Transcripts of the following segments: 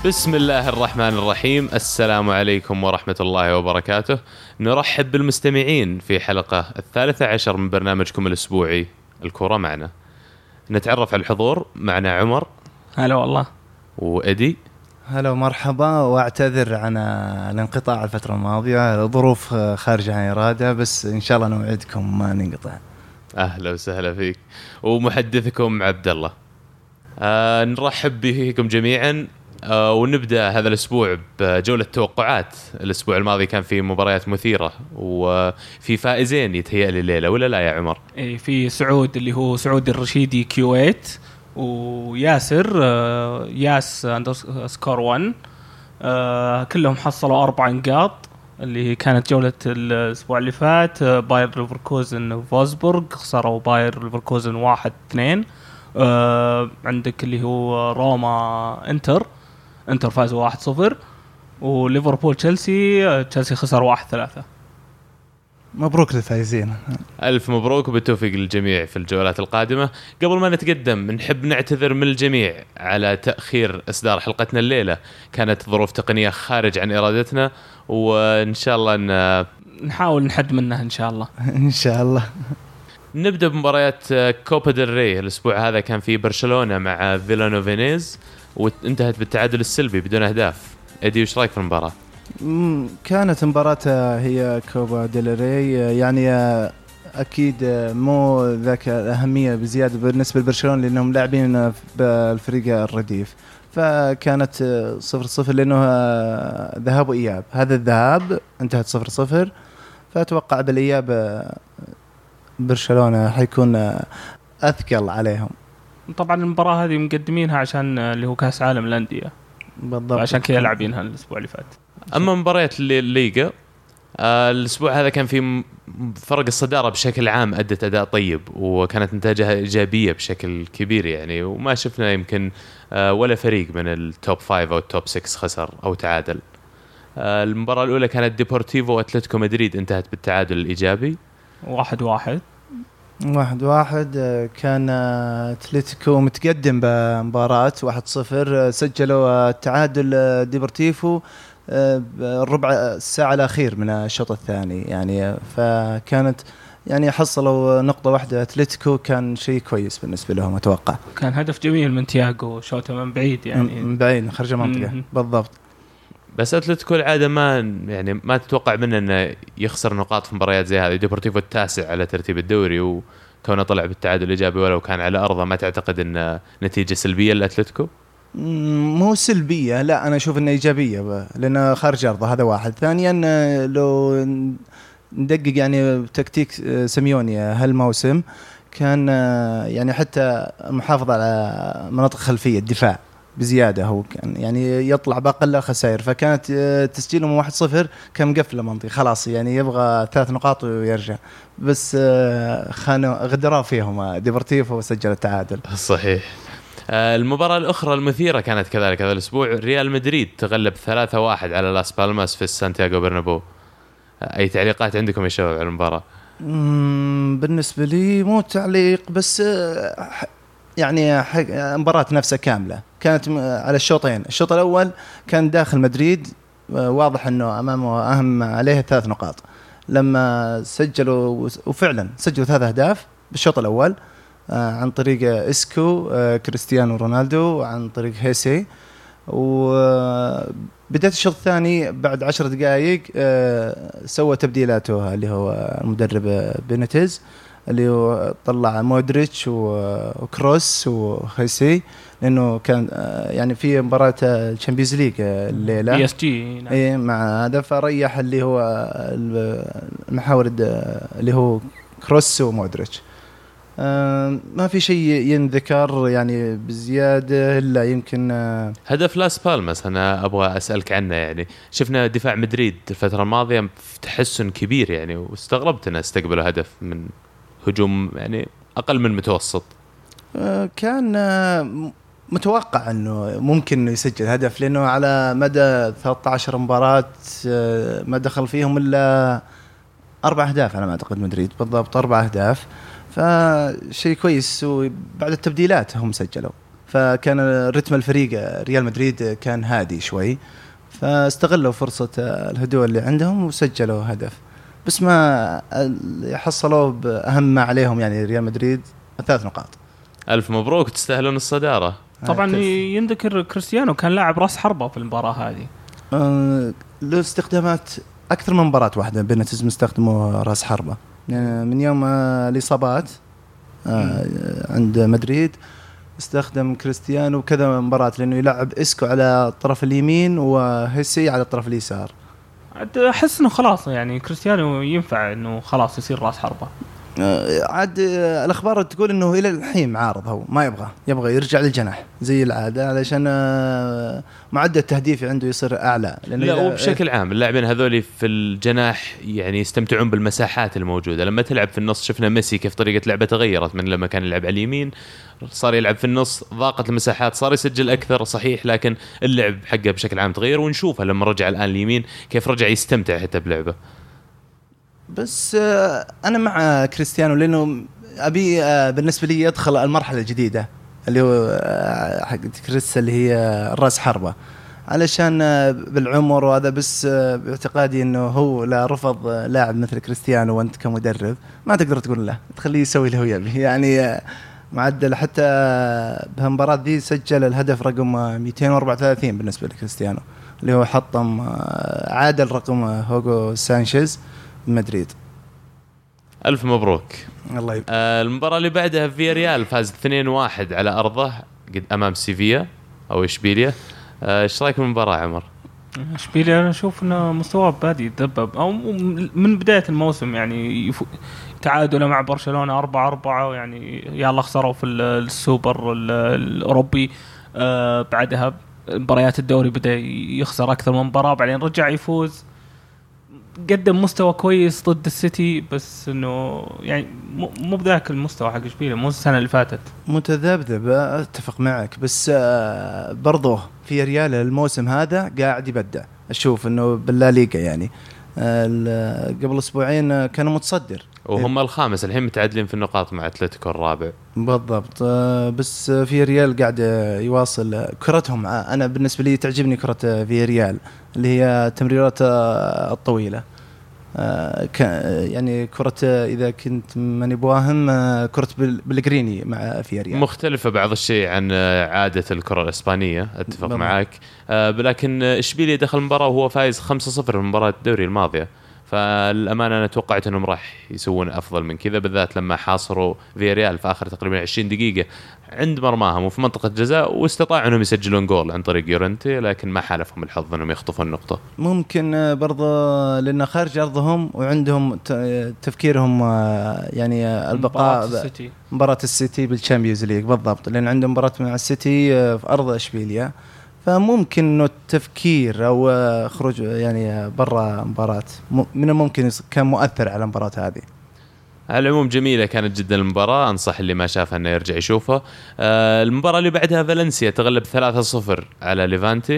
بسم الله الرحمن الرحيم. السلام عليكم ورحمة الله وبركاته. نرحب بالمستمعين في حلقة 13 من برنامجكم الأسبوعي الكرة معنا. نتعرف على الحضور. معنا عمر. هلا والله. وإدي. هلا ومرحبا، واعتذر عن الانقطاع الفترة الماضية، ظروف خارجة عن إرادة، بس إن شاء الله نوعدكم ما ننقطع. أهلا وسهلا فيك. ومحدثكم عبد الله. نرحب بكم جميعا. ونبدأ هذا الأسبوع بجولة توقعات. الأسبوع الماضي كان في مباريات مثيرة وفي فائزين يتهيأ لي الليلة، ولا لا يا عمر؟ إيه، في سعود اللي هو سعود الرشيدي كيويت، وياسر ياس _1. كلهم حصلوا 4 نقاط، اللي كانت جولة الأسبوع اللي فات. باير ليفركوزن وفولسبورغ خسروا باير ليفركوزن 1-2. عندك اللي هو روما انتر فازوا 1-0. وليفربول تشيلسي خسر 1-3. مبروك للفائزين. ألف مبروك وبالتوفيق للجميع في الجولات القادمة. قبل ما نتقدم نحب نعتذر من الجميع على تأخير إصدار حلقتنا الليلة، كانت ظروف تقنية خارج عن إرادتنا، وإن شاء الله نحاول نحد منها إن شاء الله. إن شاء الله. نبدأ بمباريات كوبا ديل ري. الأسبوع هذا كان في برشلونة مع فيلانوفينيز، وانتهت بالتعادل السلبي بدون أهداف. إدي، وش رأيك في المباراة؟ كانت مباراة هي كوبا ديل ري، يعني أكيد مو ذاك الأهمية بزيادة بالنسبة لبرشلونة لأنهم لاعبين بالفريق الرديف، فكانت 0-0 لأنه ذهاب وإياب. هذا الذهاب انتهت 0-0، فأتوقع بالإياب برشلونة حيكون أثقل عليهم. طبعا المباراة هذه مقدمينها عشان اللي هو كأس عالم الأندية بالضبط، عشان كذا لاعبينها الأسبوع اللي فات. أما مباريات الليغا، الأسبوع هذا كان في فرق الصدارة بشكل عام أدت أداء طيب، وكانت نتائجها إيجابية بشكل كبير يعني، وما شفنا يمكن ولا فريق من التوب 5 أو التوب 6 خسر أو تعادل. المباراة الأولى كانت ديبورتيفو وأتلتيكو مدريد، انتهت بالتعادل الإيجابي 1-1. كان أتلتيكو متقدم بمباراة 1-0، سجلوا التعادل ديبورتيفو ربع ساعة الأخير من الشوط الثاني يعني، فكانت يعني حصلوا نقطة واحدة أتلتيكو، كان شيء كويس بالنسبة لهم أتوقع. كان هدف جميل من تياغو، شوطه من بعيد يعني، من بعيد خرج المنطقة. بالضبط. بس أتلتيكو العادة ما تتوقع منه أنه يخسر نقاط في مباريات زي هذه. ديبورتيفو التاسع على ترتيب الدوري، وكونه طلع بالتعادل الإيجابي ولو كان على أرضه، ما تعتقد أن نتيجة سلبية لأتلتيكو؟ مو سلبية، لا أنا أشوف أنها إيجابية، لأنه خارج أرضه، هذا واحد. ثانيا لو ندقق يعني تكتيك سيميوني هالموسم، كان يعني حتى المحافظة على مناطق خلفية الدفاع بزيادة، هو كان يعني يطلع بأقل خسائر، فكانت تسجيلهم 1-0 كان مقفل المنطقة خلاص، يعني يبغى 3 نقاط ويرجع، بس خانوا غدروا فيهم ديبورتيفو وسجل التعادل. صحيح. المباراة الأخرى المثيرة كانت كذلك هذا الأسبوع. ريال مدريد تغلب 3-1 على لاس بالماس في سانتياغو برنابو. أي تعليقات عندكم يا شباب على المباراة؟ بالنسبة لي مو تعليق، بس يعني مباراة نفسها كاملة كانت على الشوطين. الشوط الأول كان داخل مدريد واضح أنه أمامه أهم عليه 3 نقاط، لما سجلوا وفعلا سجلوا 3 أهداف بالشوط الأول عن طريق إسكو كريستيانو رونالدو، عن طريق هيسي. وبداية الشوط الثاني بعد 10 دقائق سوى تبديلاته اللي هو المدرب بينيتيز، اللي هو طلع مودريتش وكروس وهيسي، لأنه كان يعني في مباراة الشامبيونز ليج الليلة PSG نعم. مع هذا فريح اللي هو المحاور اللي هو كروس ومودريتش. ما في شيء ينذكر يعني بزيادة، إلا يمكن هدف لاس بالماس أنا أبغى أسألك عنه. يعني شفنا دفاع مدريد الفترة الماضية في تحسن كبير يعني، واستغربت أن استقبلوا هدف من هجوم يعني أقل من متوسط. كان متوقع أنه ممكن يسجل هدف، لأنه على مدى 13 مباراة ما دخل فيهم إلا 4 أهداف على ما أعتقد. مدريد بالضبط 4 أهداف، فشيء كويس. وبعد التبديلات هم سجلوا فكان رتم الفريق ريال مدريد كان هادي شوي، فاستغلوا فرصة الهدوء اللي عندهم وسجلوا هدف، بس ما حصلوا بأهم ما عليهم يعني ريال مدريد 3 نقاط. ألف مبروك، تستاهلون الصدارة. طبعا ينذكر كريستيانو كان لاعب راس حربة في المباراة هذه. له استخدامات أكثر من مباراة واحدة بنتز مستخدمه راس حربة يعني من يوم الإصابات عند مدريد استخدم كريستيانو كذا مباراة، لأنه يلعب إسكو على الطرف اليمين وهيسي على الطرف اليسار. أحس إنه خلاص يعني كريستيانو ينفع إنه خلاص يصير راس حربة. عاد الأخبار تقول إنه إلى الحين معارض، هو ما يبغى يرجع للجناح زي العادة علشان معدل التهديفي عنده يصير أعلى. لا وبشكل عام اللاعبين هذولي في الجناح يعني يستمتعون بالمساحات الموجودة. لما تلعب في النص شفنا ميسي كيف طريقة لعبه تغيرت، من لما كان يلعب على اليمين صار يلعب في النص، ضاقت المساحات، صار يسجل أكثر صحيح، لكن اللعب حقه بشكل عام تغير، ونشوفه لما رجع الآن اليمين كيف رجع يستمتع حتى بلعبه. بس أنا مع كريستيانو لأنه أبي بالنسبة لي يدخل المرحلة الجديدة اللي هو حق كريس اللي هي الرأس حربة، علشان بالعمر وهذا، بس باعتقادي أنه هو لا رفض لاعب مثل كريستيانو، وأنت كمدرب ما تقدر تقول له تخليه يسوي اللي هو يبي يعني. معدل حتى بهالمباراة دي سجل الهدف رقم 234 بالنسبة لكريستيانو، اللي هو حطم عادل رقم هوغو سانشيز مدريد. ألف مبروك. الله يبارك. المباراة اللي بعدها في ريال فاز 2-1 على أرضه أمام سيفيا أو إشبيليا. إيش رأيك بالمباراة عمر؟ إشبيليا أنا أشوف إنه مستواه بادي يتذبذب أو من بداية الموسم يعني تعادلوا مع برشلونة 4-4 يعني يلا خسروا في السوبر الأوروبي. بعدها مباريات الدوري بدأ يخسر أكثر من مباراة، بعدين رجع يفوز، قدم مستوى كويس ضد السيتي، بس انه يعني مو بذاك المستوى حق اشبيليا مو السنه اللي فاتت، متذبذب. اتفق معك، بس برضه في ريال الموسم هذا قاعد يبدع. اشوف انه بالليغا يعني قبل اسبوعين كانوا متصدر وهم الخامس، الحين متعادلين في النقاط مع اتلتيكو الرابع بالضبط. بس في ريال قاعد يواصل كرتهم. انا بالنسبه لي تعجبني كره في ريال اللي هي تمريرات الطويله. يعني كرة إذا كنت ماني بواهم كرة بالجريني مع فياريال مختلفة بعض الشيء عن عادة الكرة الإسبانية. أتفق معك. لكن إشبيلية دخل المباراة وهو فايز 5-0 في مباراة الدوري الماضية، فالأمانة أنا توقعت أنهم راح يسوون أفضل من كذا، بالذات لما حاصروا فياريال في آخر تقريبا 20 دقيقة عند مرماهم وفي منطقة جزاء، واستطاعوا أنهم يسجلون جول عن طريق يورنتي، لكن ما حالفهم الحظ أنهم يخطفون النقطة. ممكن برضه لأن خارج أرضهم وعندهم تفكيرهم يعني البقاء مباراة السيتي بالشامبيونز ليج بالضبط، لأن عندهم مباراة مع السيتي في أرض إشبيلية، فممكن إنه التفكير أو خروج يعني برا مباراة من الممكن كان مؤثر على المباراة هذه. على العموم جميلة كانت جدا المباراة، أنصح اللي ما شافها أنه يرجع يشوفها. المباراة اللي بعدها فالنسيا تغلب 3-0 على ليفانتي.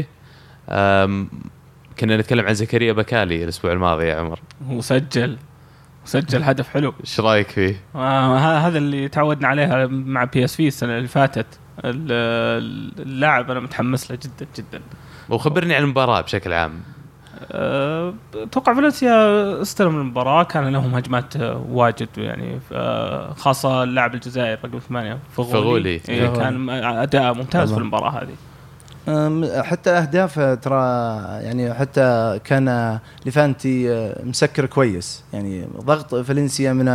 كنا نتكلم عن زكريا بكالي الأسبوع الماضي يا عمر، وسجل هدف حلو. إيش رأيك فيه؟ هذا اللي تعودنا عليها مع PSV السنة اللي فاتت. اللاعب أنا متحمس له جدا جدا. وخبرني عن المباراة بشكل عام. توقع فالنسيا استلم المباراة، كان لهم هجمات واجد يعني، خاصة اللاعب الجزائر رقم 8 فغولي. كان أداء ممتاز في المباراة هذه. حتى أهداف ترى يعني حتى كان ليفانتي مسكر كويس يعني، ضغط فالنسيا من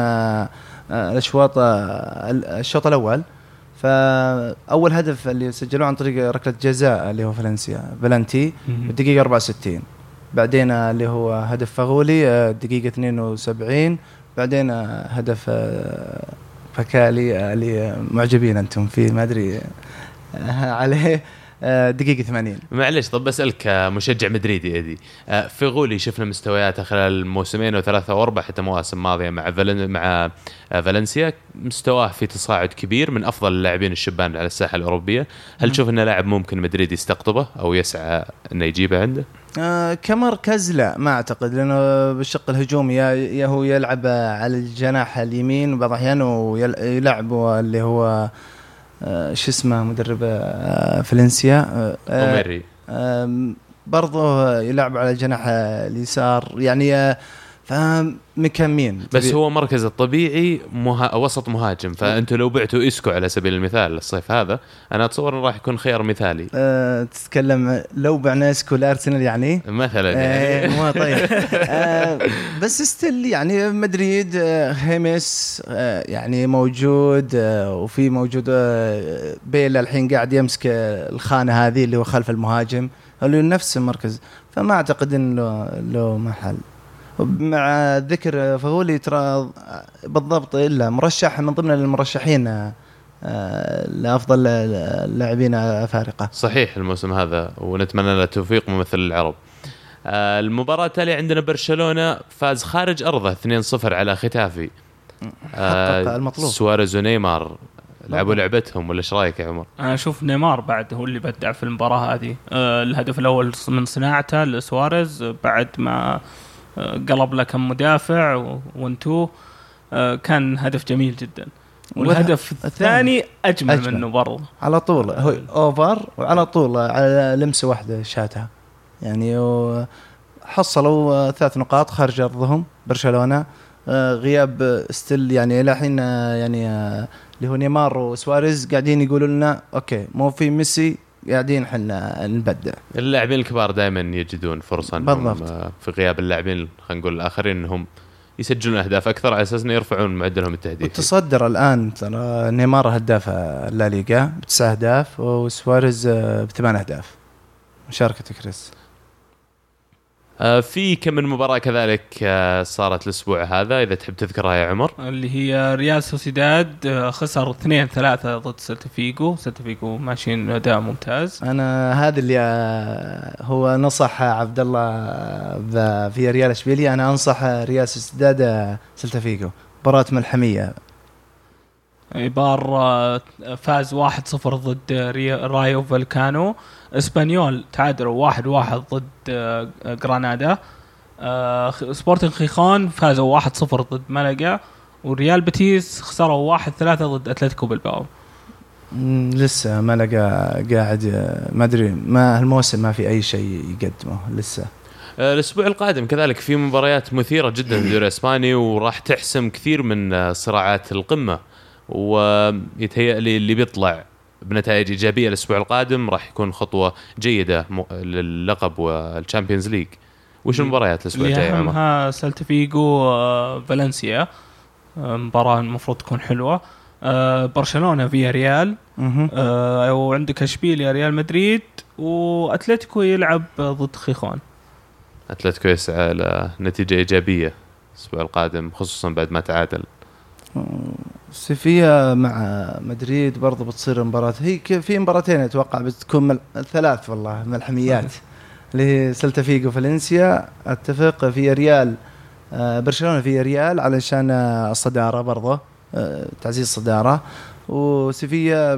الشوط الأول. فأول هدف اللي سجلوه عن طريق ركلة جزاء اللي هو فالنتي بالدقيقة 64، بعدين اللي هو هدف فغولي الدقيقة 72، بعدين هدف فكالي اللي معجبين أنتم فيه ما أدري عليه دقيقة 80. معلش طب بسألك مشجع مدريدي أدي، فغولي شفنا مستوياته خلال الموسمين وثلاثة وأربع حتى مواسم ماضية مع فالنسيا، مستواه في تصاعد كبير، من أفضل اللاعبين الشبان على الساحة الأوروبية. هل تشوف أنه لاعب ممكن مدريد يستقطبه أو يسعى أنه يجيبه عنده؟ كمركز لا ما أعتقد، لأنه بالشق الهجومي يا هو يلعب على الجناح اليمين وبعض الأحيان يلعب اللي هو شو اسمه مدرب فالنسيا أوميري برضه يلعب على جناح اليسار يعني فمكمين. بس هو مركز الطبيعي وسط مهاجم، فأنتوا لو بعتوا إسكو على سبيل المثال الصيف هذا أنا أتصور أنه راح يكون خيار مثالي. تتكلم لو بعنا إسكو لأرسنال يعني مثلا يعني مو طيب بس استل يعني مدريد هيمس يعني موجود وفي موجود بيل الحين قاعد يمسك الخانة هذه اللي هو خلف المهاجم اللي نفس المركز، فما أعتقد إنه له محل. مع ذكر فغولي ترى بالضبط إلا مرشح من ضمن المرشحين لأفضل اللاعبين أفارقة. صحيح الموسم هذا، ونتمنى له التوفيق ممثل العرب. المباراة التالية عندنا برشلونة فاز خارج أرضه 2-0 على ختافي. حقق المطلوب. سواريز ونيمار لعبوا لعبتهم، ولا ايش رايك يا عمر؟ انا اشوف نيمار بعد هو اللي بدع في المباراة هذه. الهدف الأول من صناعته لسواريز بعد ما قلب له كم مدافع وانتو، كان هدف جميل جدا. والهدف الثاني أجمل منه برضه، على طول هو أوفر وعلى طول على لمسة واحدة شاتها يعني. حصلوا 3 نقاط خارج أرضهم برشلونة. غياب ستيل يعني إلى حين يعني اللي هو نيمار وسواريز قاعدين يقولوا لنا أوكي مو في ميسي، قاعدين حنا نبدع. اللاعبين الكبار دائما يجدون فرصة في غياب اللاعبين خلينا نقول الآخرين انهم يسجلون اهداف اكثر على اساس انه يرفعون معدلهم التهديفي. وتصدر الان ترى نيمار هداف الليغا ب9 أهداف وسواريز ب8 أهداف مشاركة كريس. في كم من مباراة كذلك صارت الأسبوع هذا إذا تحب تذكرها يا عمر. اللي هي ريال سوسيداد خسر 2-3 ضد سيلتا فيغو ماشيين أداء ممتاز. أنا هذا اللي هو نصح عبد الله في ريال إشبيلية، أنا أنصح ريال سوسيداد سيلتا فيغو مباراة ملحمية. إيبار فاز 1-0 ضد رايو فالكانو. اسبانيول تعادلوا 1-1 ضد غرانادا. سبورتنج خيخون فازوا 1-0 ضد مالاغا. وريال بيتيس خسروا 1-3 ضد أتلتيكو بالباو. لسه مالاغا قاعد ما أدري، ما هالموسم ما في أي شيء يقدمه لسه. الأسبوع القادم كذلك في مباريات مثيرة جدا في الدوري الإسباني وراح تحسم كثير من صراعات القمة، ويتهيأ لي اللي بيطلع بنتائج إيجابية الأسبوع القادم راح يكون خطوة جيدة للقب والشامبيونز ليج. وش المباريات الأسبوع الجاي يا عمر؟ ها سيلتا فيغو فالنسيا، مباراة المفروض تكون حلوة. برشلونة فيا ريال، وعندك اشبيليا ريال مدريد، وأتلتيكو يلعب ضد خيخون. أتلتيكو يسعى لنتيجة إيجابية الأسبوع القادم خصوصا بعد ما تعادل. سيفيا مع مدريد برضو بتصير مباراة، هي في مباراتين أتوقع بتكون 3 والله ملحميات اللي هي سيلتا فيغو فالنسيا. أتفق في ريال برشلونة في ريال علشان الصدارة برضو تعزيز الصدارة، وسيفيا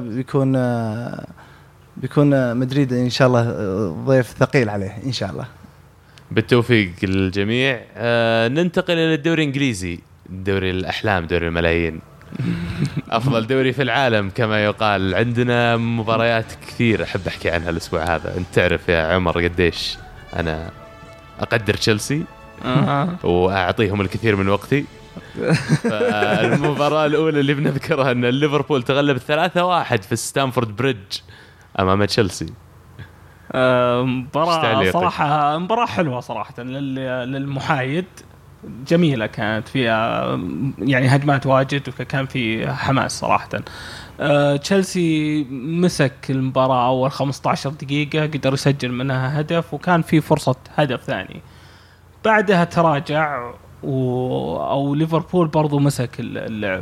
بيكون مدريد إن شاء الله ضيف ثقيل عليه إن شاء الله. بالتوفيق للجميع. ننتقل إلى الدوري الإنجليزي، دوري الأحلام، دوري الملايين، أفضل دوري في العالم كما يقال. عندنا مباريات كثير أحب أحكي عنها الأسبوع هذا. أنت تعرف يا عمر قديش أنا أقدر تشيلسي وأعطيهم الكثير من وقتي. المباراة الأولى اللي بنذكرها أن ليفربول تغلب 3-1 في ستانفورد بريدج أمام تشيلسي. مباراة صراحة مباراة حلوة صراحة للمحايد، جميلة كانت فيها يعني هجمات واجد وكان في حماس صراحة. تشيلسي مسك المباراة أول 15 دقيقة قدر يسجل منها هدف وكان في فرصة هدف ثاني، بعدها تراجع أو ليفربول برضو مسك اللعب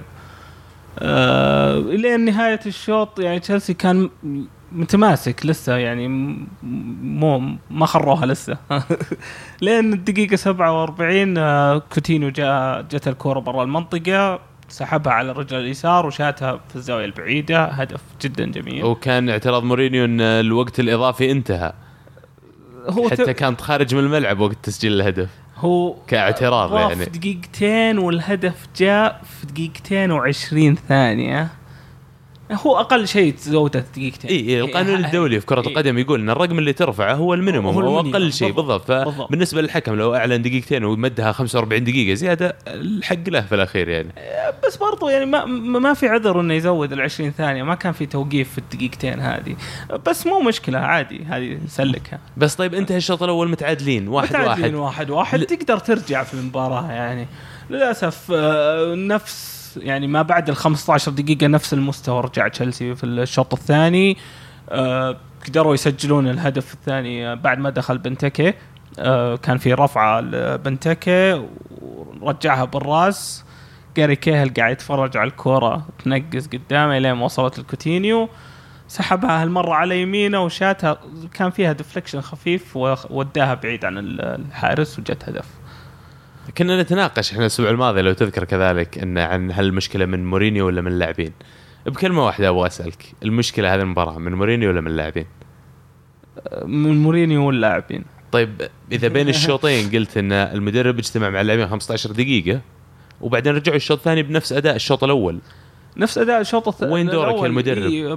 إلى نهاية الشوط. يعني تشيلسي كان متماسك لسه، يعني ما خروها لسه لين الدقيقة 47 كوتينو جت الكرة برا المنطقة، سحبها على الرجل اليسار وشاتها في الزاوية البعيدة، هدف جدا جميل. وكان اعتراض مورينيو ان الوقت الإضافي انتهى، هو حتى كانت خارج من الملعب وقت تسجيل الهدف، هو كاعتراض يعني. في دقيقتين والهدف جاء في 2 دقيقة و20 ثانية. هو اقل شيء تزوده دقيقتين. اي القانون الدولي في كرة القدم يقول ان الرقم اللي ترفعه هو المينيموم هو اقل شيء بالضبط. فبالنسبه للحكم لو اعلن دقيقتين ومدها 45 دقيقه زياده الحق له في الاخير يعني. بس برضو يعني ما في عذر انه يزود 20 ثانيه، ما كان في توقيف في الدقيقتين هذه، بس مو مشكله عادي هذه نسلكها. بس طيب انتهى الشوط الاول متعادلين 1-1 تقدر ترجع في المباراه يعني. للاسف نفس يعني ما بعد ال 15 دقيقة نفس المستوى رجع تشيلسي في الشوط الثاني. قدروا يسجلون الهدف الثاني بعد ما دخل بنتكي. كان في رفعة لبنتكي ورجعها بالراس. جاري كيهل قاعد يتفرج على الكرة تنقز قدامه لين وصلت الكوتينيو، سحبها هالمرة على يمينه وشاتها، كان فيها ديفليكشن خفيف ووداها بعيد عن الحارس وجت هدف. كنا نتناقش احنا الاسبوع الماضي لو تذكر كذلك ان عن هل المشكله من مورينيو ولا من اللاعبين. بكلمه واحده ابغى اسالك، المشكله هذه المباراه من مورينيو ولا من اللاعبين؟ من مورينيو واللاعبين. طيب اذا بين الشوطين قلت ان المدرب اجتمع مع اللاعبين 15 دقيقه وبعدين رجعوا الشوط الثاني بنفس اداء الشوط الاول، نفس اداء الشوط الثاني، وين دورك يا المدرب؟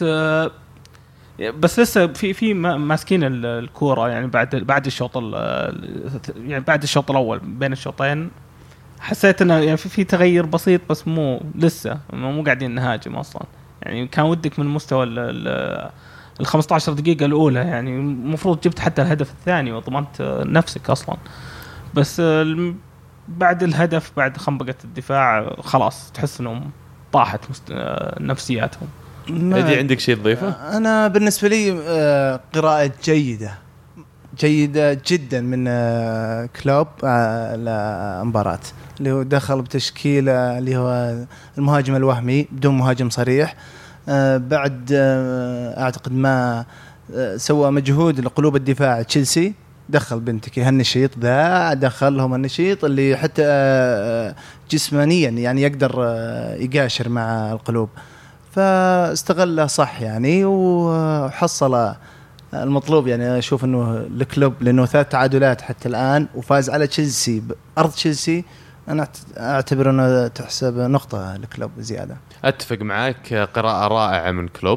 بس لسه في ماسكين الكوره يعني بعد الشوط يعني بعد الشوط الاول بين الشوطين حسيت انه يعني في تغير بسيط، بس مو لسه مو قاعدين نهاجم اصلا يعني. كان ودك من مستوى ال 15 دقيقه الاولى يعني، المفروض جبت حتى الهدف الثاني وضمنت نفسك اصلا. بس بعد الهدف بعد خنبقه الدفاع خلاص تحس انهم طاحت نفسياتهم. هذه عندك شيء تضيفه؟ أنا بالنسبة لي قراءة جيدة جدا من كلوب لمباراة اللي هو دخل بتشكيلة اللي هو المهاجم الوهمي بدون مهاجم صريح. بعد أعتقد ما سوى مجهود لقلوب الدفاع تشيلسي، دخل بنتكي هالنشيط ذا، دخلهم النشيط اللي حتى جسمانيا يعني يقدر يقاشر مع القلوب، فاستغله صح يعني وحصل المطلوب. يعني أشوف أنه الكلوب لأنه 3 تعادلات حتى الآن وفاز على تشيلسي بأرض تشيلسي، أنا أعتبر أنه تحسب نقطة لكلوب زيادة. أتفق معك، قراءة رائعة من كلوب.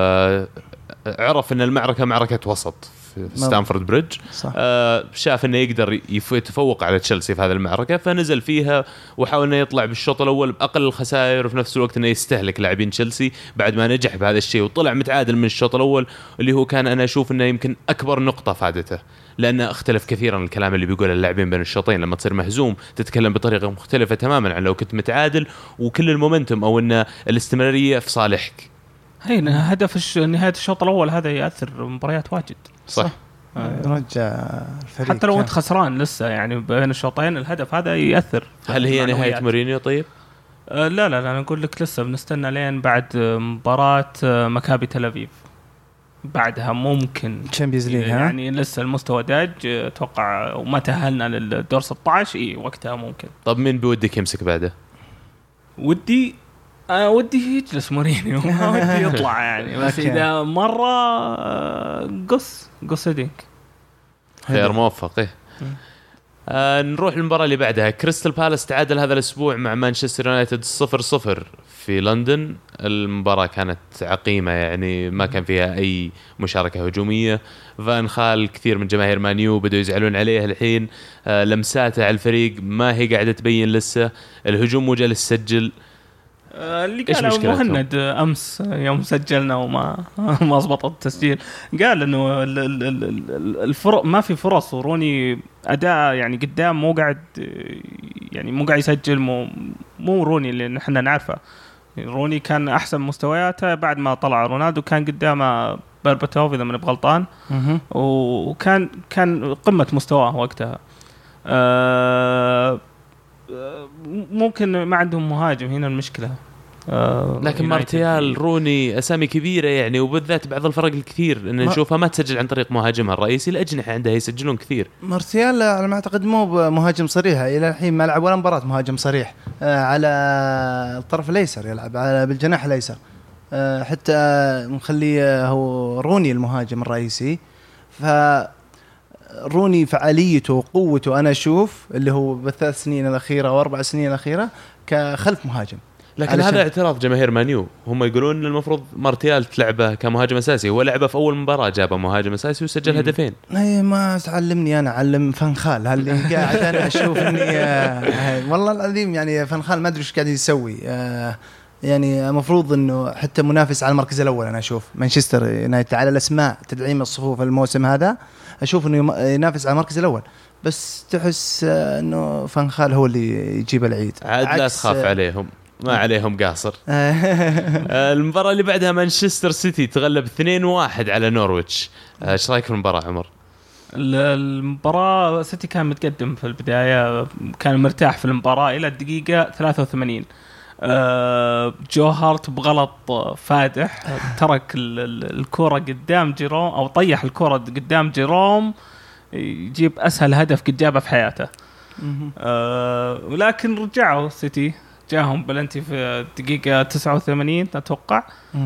عرف أن المعركة معركة وسط في ستانفورد بريدج. شاف انه يقدر يتفوق على تشيلسي في هذه المعركه فنزل فيها وحاول انه يطلع بالشوط الاول باقل الخسائر، وفي نفس الوقت انه يستهلك لاعبين تشيلسي بعد ما نجح بهذا الشيء وطلع متعادل من الشوط الاول، اللي هو كان انا اشوف انه يمكن اكبر نقطه فادته، لانه اختلف كثيرا الكلام اللي بيقوله اللاعبين بين الشوطين. لما تصير مهزوم تتكلم بطريقه مختلفه تماما عن لو كنت متعادل وكل المومنتوم او ان الاستمراريه في صالحك. هي هدف نهايه الشوط الاول هذا ياثر مباريات واجد. صح. رجع الفريق حتى لو انت خسران لسه يعني بين الشوطين الهدف هذا يأثر. هل هي نهاية مورينيو طيب؟ لا انا اقول لك لسه بنستنى لين بعد مباراة مكابي تل أبيب، بعدها ممكن تشامبيونز ليج يعني لسه المستوى داج اتوقع وما تأهلنا للدور 16 وقتها ممكن. طب مين بودك يمسك بعده؟ ودي يجلس مورينيو ما ودي يطلع يعني بس إذا مرة قص دينك خير موفق. نروح للمباراة اللي بعدها. كريستال بالاس تعادل هذا الأسبوع مع مانشستر يونايتد 0-0 في لندن. المباراة كانت عقيمة يعني ما كان فيها أي مشاركة هجومية. فان خال كثير من جماهير مانيو بدوا يزعلون عليه الحين. لمساته على الفريق ما هي قاعدة تبين لسه. الهجوم مو جالس يسجل. اللي قال مهند امس يوم سجلنا وما ضبط التسجيل قال انه الفرق ما في فرص، وروني اداء يعني قدام مو قاعد يسجل. مو روني اللي نحن نعرفه. روني كان احسن مستوياته بعد ما طلع رونالدو، كان قدامه برباتوف اذا ما نبغى غلطان، وكان قمه مستواه وقتها. ممكن ما عندهم مهاجم، هنا المشكلة. لكن مارتيال روني أسامي كبيرة يعني، وبالذات بعض الفرق الكثير إن نشوفها ما تسجل عن طريق مهاجمها الرئيسي. الأجنحة عندها يسجلون كثير. مارتيال على ما أعتقد مو مهاجم صريح إلى الحين، ما لعب ولا مباراة مهاجم صريح. على الطرف الأيسر يلعب بالجناح الأيسر. حتى مخلي هو روني المهاجم الرئيسي. روني فعاليته وقوته أنا أشوف اللي هو بالثلاث سنين الأخيرة و4 سنين الأخيرة كخلف مهاجم. لكن هذا اعتراض جماهير مانيو، هم يقولون ان المفروض مارتيال تلعبه كمهاجم اساسي، هو لعبه في اول مباراه جابه مهاجم اساسي وسجل هدفين. اي ما تعلمني انا، علم فنخال اللي قاعد انا اشوف اني والله العظيم يعني فنخال ما ادري ايش قاعد يسوي. يعني المفروض انه حتى منافس على المركز الاول. انا اشوف مانشستر يونايتد على الاسماء تدعيم الصفوف الموسم هذا، اشوف انه ينافس على المركز الاول، بس تحس انه فنخال هو اللي يجيب العيد. عاد لا تخاف عليهم، ما عليهم قاصر. المباراة اللي بعدها مانشستر سيتي تغلب 2-1 على نورويتش. ايش رايك في المباراة عمر؟ المباراة سيتي كان متقدم في البداية، كان مرتاح في المباراة إلى الدقيقة 83. جو هارت بغلط فادح ترك الكرة قدام جيروم، أو طيح الكرة قدام جيروم يجيب أسهل هدف قد جابه في حياته. ولكن رجعوا سيتي، جاهم بلنتي في الدقيقة 89 أتوقع،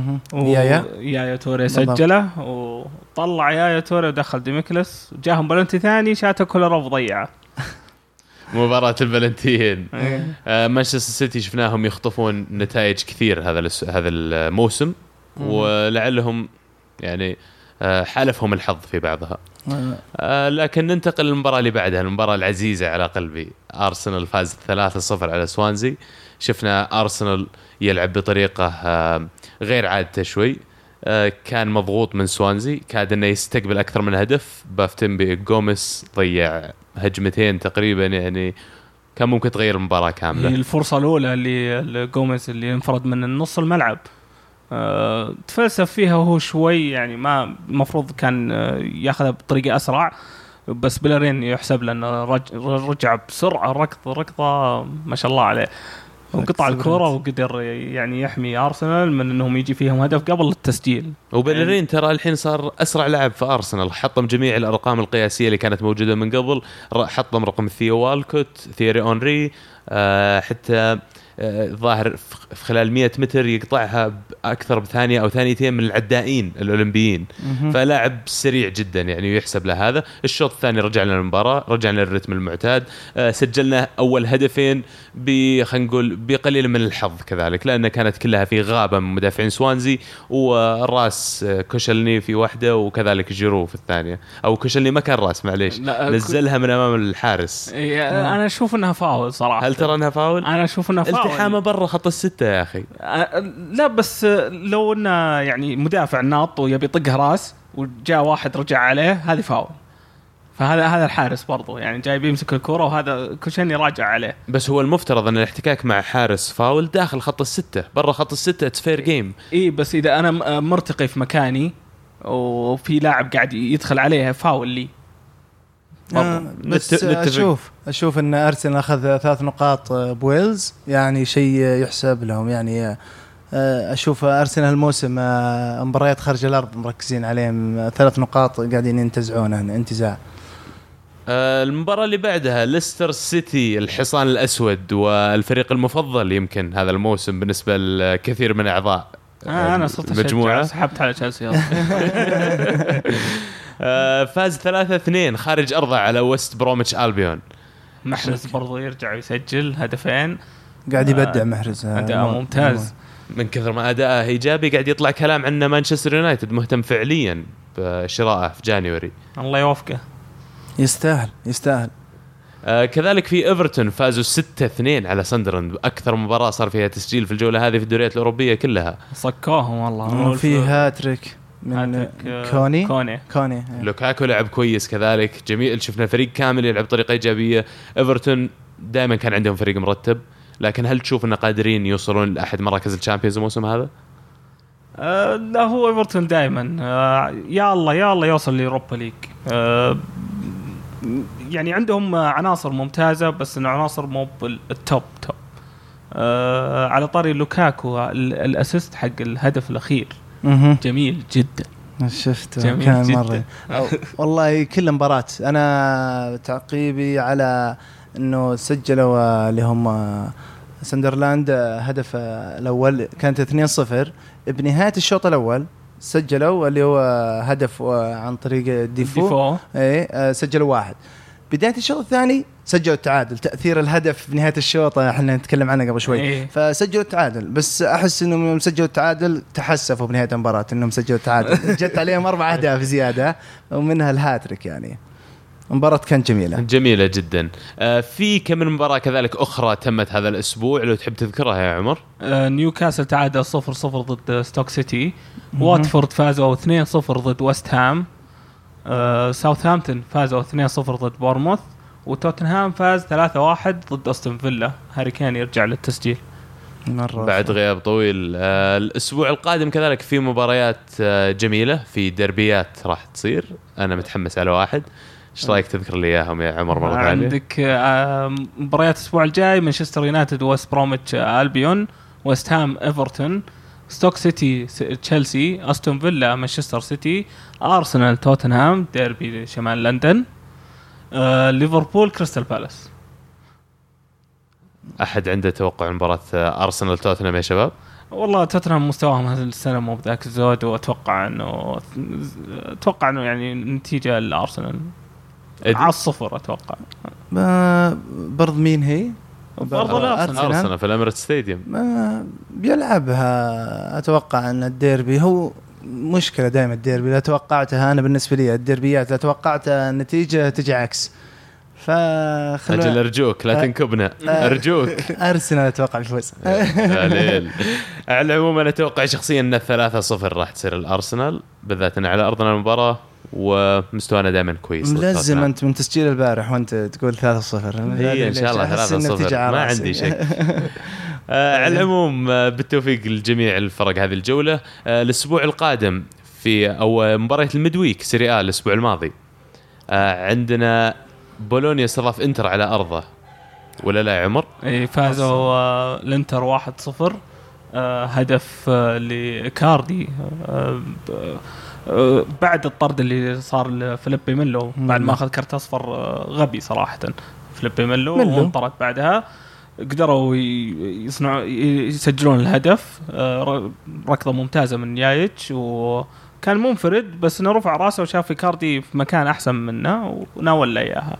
يايا توري سجله وطلع يايا توري ودخل ديميكلس، وجاهم بلنتي ثاني شاته كل رف ضيعه. مباراة البلنتيين. مانشستر سيتي شفناهم يخطفون نتائج كثير هذا الموسم، ولعلهم يعني حالفهم الحظ في بعضها. لكن ننتقل للمباراة اللي بعدها، المباراة العزيزة على قلبي. أرسنال فاز 3-0 على سوانزي. شفنا أرسنال يلعب بطريقة غير عادة شوي، كان مضغوط من سوانزي، كاد انه يستقبل اكثر من هدف. بافتنبي غوميس ضيع هجمتين تقريبا، يعني كان ممكن تغير المباراة كاملة. الفرصة الأولى اللي غوميس اللي انفرد من النص الملعب تفلسف فيها وهو شوي، يعني ما المفروض كان ياخذها بطريقة أسرع، بس بلارين يحسب لأنه رجع بسرعة ركضة ما شاء الله عليه، وقطع الكرة وقدر يعني يحمي أرسنال من أنهم يجي فيهم هدف قبل التسجيل. وبلرين ترى الحين صار أسرع لاعب في أرسنال، حطم جميع الأرقام القياسية اللي كانت موجودة من قبل، حطم رقم ثيو والكوت، ثيري أونري، حتى ظاهر في خلال 100 متر يقطعها أكثر بثانية أو ثانيتين من العدائين الأولمبيين. فلاعب سريع جدا يعني يحسب له هذا. الشوط الثاني رجعنا للمباراة، رجعنا للرتم المعتاد، سجلنا أول هدفين خلينا نقول بقليل من الحظ كذلك، لأن كانت كلها في غابة من مدافعين سوانزي، والراس كوشلني في واحدة وكذلك جيرو في الثانية، أو كوشلني ما كان راس معليش، نزلها من أمام الحارس. أنا أشوف أنها فاول صراحة. هل ترى أنها فاول؟ أنا أشوف أنها فاول، التحامه برا خط الستة يا أخي. لا بس لو إنه يعني مدافع ناط ويبي يطقها راس وجاء واحد رجع عليه، هذه فاول. فهذا الحارس برضو يعني جاي بيمسك الكرة وهذا كوشني راجع عليه. بس هو المفترض أن الاحتكاك مع حارس فاول داخل خط الستة، برا خط الستة تفير جيم. إيه بس إذا أنا مرتقي في مكاني وفي لاعب قاعد يدخل عليه فاول لي. بس أشوف أن أرسنال أخذ 3 نقاط بويلز، يعني شيء يحسب لهم. يعني أشوف أرسنال الموسم مباريات خارج الأرض مركزين عليهم، 3 نقاط قاعدين ينتزعونها انتزاع. المباراة اللي بعدها ليستر سيتي، الحصان الأسود والفريق المفضل يمكن هذا الموسم بالنسبة لكثير من أعضاء أنا صرت المجموعة، سحبت على تشيلسي. فاز 3-2 خارج أرضه على ويست بروميتش ألبيون. محرز برضو يرجع يسجل هدفين، قاعد يبدع محرز، أداء ممتاز. من كثر ما أداءه إيجابي قاعد يطلع كلام عن مانشستر يونايتد مهتم فعليا بشرائه في جانيوري. الله يوفقه، يستاهل. كذلك في إيفرتون فازوا 6-2 على ساندرلاند، أكثر مباراة صار فيها تسجيل في الجولة هذه في الدوريات الأوروبية كلها، صكوهم والله. في هاتريك من كوني. لوكاكو لعب كويس كذلك، جميل. شفنا فريق كامل يلعب بطريقة إيجابية. إيفرتون دائما كان عندهم فريق مرتب، لكن هل تشوف أنه قادرين يوصلون لأحد مراكز الشامبيونز الموسم هذا؟ لا هو إيفرتون دائما يا الله يوصل لأوروبا ليج. يعني عندهم عناصر ممتازة، بس إنه عناصر مو بالتوب. على طاري لوكاكو، الأسيست حق الهدف الأخير جميل جدا، شفته كان مرة والله. كل مباراة أنا تعقيبي على إنه سجلوا اللي هم ساندرلاند هدف الأول كانت 2-0 بنهاية الشوط الأول، سجلوا اللي هو هدف عن طريق ديفو. سجلوا 1 بداية الشوط الثاني سجلوا التعادل، تأثير الهدف بنهاية الشوط احنا نتكلم عنه قبل شوي. فسجلوا التعادل، بس أحس إنهم يوم سجلوا التعادل تحسفوا بنهاية المباراة إنهم سجلوا التعادل. جت عليهم 4 أهداف زيادة ومنها الهاتريك. يعني مباراة كانت جميلة جدا. في كم من مباراة كذلك أخرى تمت هذا الأسبوع لو تحب تذكرها يا عمر؟ نيوكاسل تعادل 0-0 ضد ستوك سيتي. واتفورد فازوا 2-0 ضد ويست هام. ساوثهامبتون فازوا 2-0 ضد بورموث. وتوتنهام فاز 3-1 ضد أستون فيلا. هاري كين يرجع للتسجيل بعد غياب طويل. الأسبوع القادم كذلك في مباريات جميلة، في دربيات راح تصير. أنا متحمس على واحد. ايش رايك تذكر لي اياهم يا عمر مرة ثانية؟ عندك مباريات الاسبوع الجاي: مانشستر يونايتد ويست بروميتش البيون، ويست هام ايفرتون، ستوك سيتي تشيلسي، استون فيلا مانشستر سيتي، ارسنال توتنهام ديربي شمال لندن، ليفربول كريستال بالاس. احد عنده توقع مباراة ارسنال توتنهام يا شباب؟ والله توتنهام مستواهم هذه السنة مو بذاك الزود، واتوقع انه يعني نتيجة الارسنال على 0 اتوقع. برض مين هي؟ برض أرسنال في الاميريتس ستاديوم بيلعبها. اتوقع ان الديربي هو مشكلة دائما. الديربي لا توقعتها انا بالنسبة لي، الديربيات لا توقعت النتيجة تجي عكس. أجل أرجوك لا تنكبنا أرجوك. أرسنال أتوقع الفوز. على العموم أنا أتوقع شخصيا أن 3-0 راح تصير الأرسنال، بالذات أن على أرضنا المباراة ومستوانا دائما كويس. لازم أنت من تسجيل البارح وأنت تقول 3-0. هي إن شاء الله 3-0 ما عندي شك. على العموم بالتوفيق لجميع الفرق هذه الجولة. الأسبوع القادم في أو مباراة الميدويك سيريا الأسبوع الماضي عندنا بولونيا استضاف انتر على ارضه ولا لا يا عمر؟ اي فازوا الانتر 1-0. هدف لكاردي بعد الطرد اللي صار لفيليبي ميلو بعد ما اخذ كرت اصفر غبي صراحه. فيليبي ميلو وانطرد بعدها قدروا يسجلون الهدف. ركضه ممتازه من يايتش وكان منفرد، بس انه رفع راسه وشاف كاردي في مكان احسن منه وناول له اياها.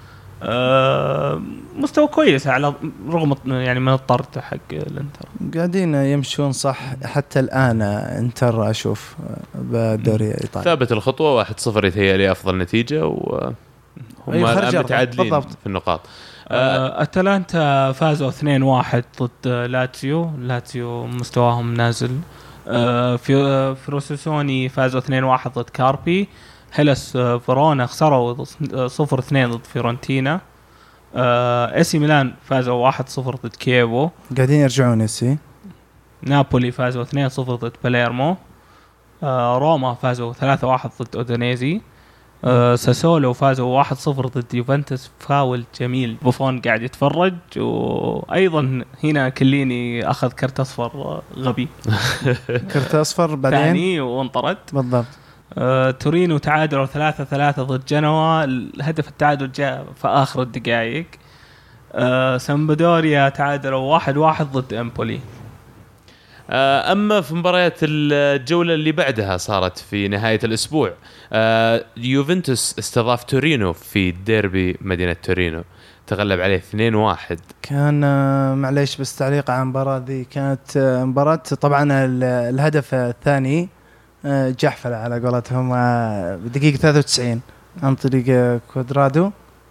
مستوى كويس على رغم يعني من الطرد حق الانتر. قاعدين يمشون صح حتى الان. انتر اشوف بالدوري الايطالي ثابت الخطوه 1-0 يتهيألي افضل نتيجه وهم متعادلين في النقاط. اتلانتا فازوا 2-1 ضد لاتسيو مستواهم نازل. في فروسيسوني فازوا 2-1 ضد كاربي. هيلاس فيرونا خسروا 0-2 ضد فيورنتينا. اسي ميلان فازوا 1-0 ضد كييفو. قاعدين يرجعون اسي. نابولي فازوا 2-0 ضد باليرمو. روما فازوا 3-1 ضد اودينيزي. ساسولو فازوا 1-0 ضد يوفنتوس. فاول جميل، بوفون قاعد يتفرج. وايضا هنا كليني اخذ كرت اصفر غبي. كرت اصفر بعدين ثاني وانطرد بالضبط. تورينو تعادلوا 3-3 ضد جنوا. الهدف التعادل جاء في آخر الدقائق. سامبدوريا تعادلوا 1-1 ضد امبولي. أما في مباريات الجولة اللي بعدها صارت في نهاية الأسبوع، يوفنتوس استضاف تورينو في ديربي مدينة تورينو، تغلب عليه 2-1. كان معليش بس تعليق عن المباراة ذي. كانت مباراة طبعا الهدف الثاني جحفل على قولتهم بدقيقة 93 عن طريق كوادرادو.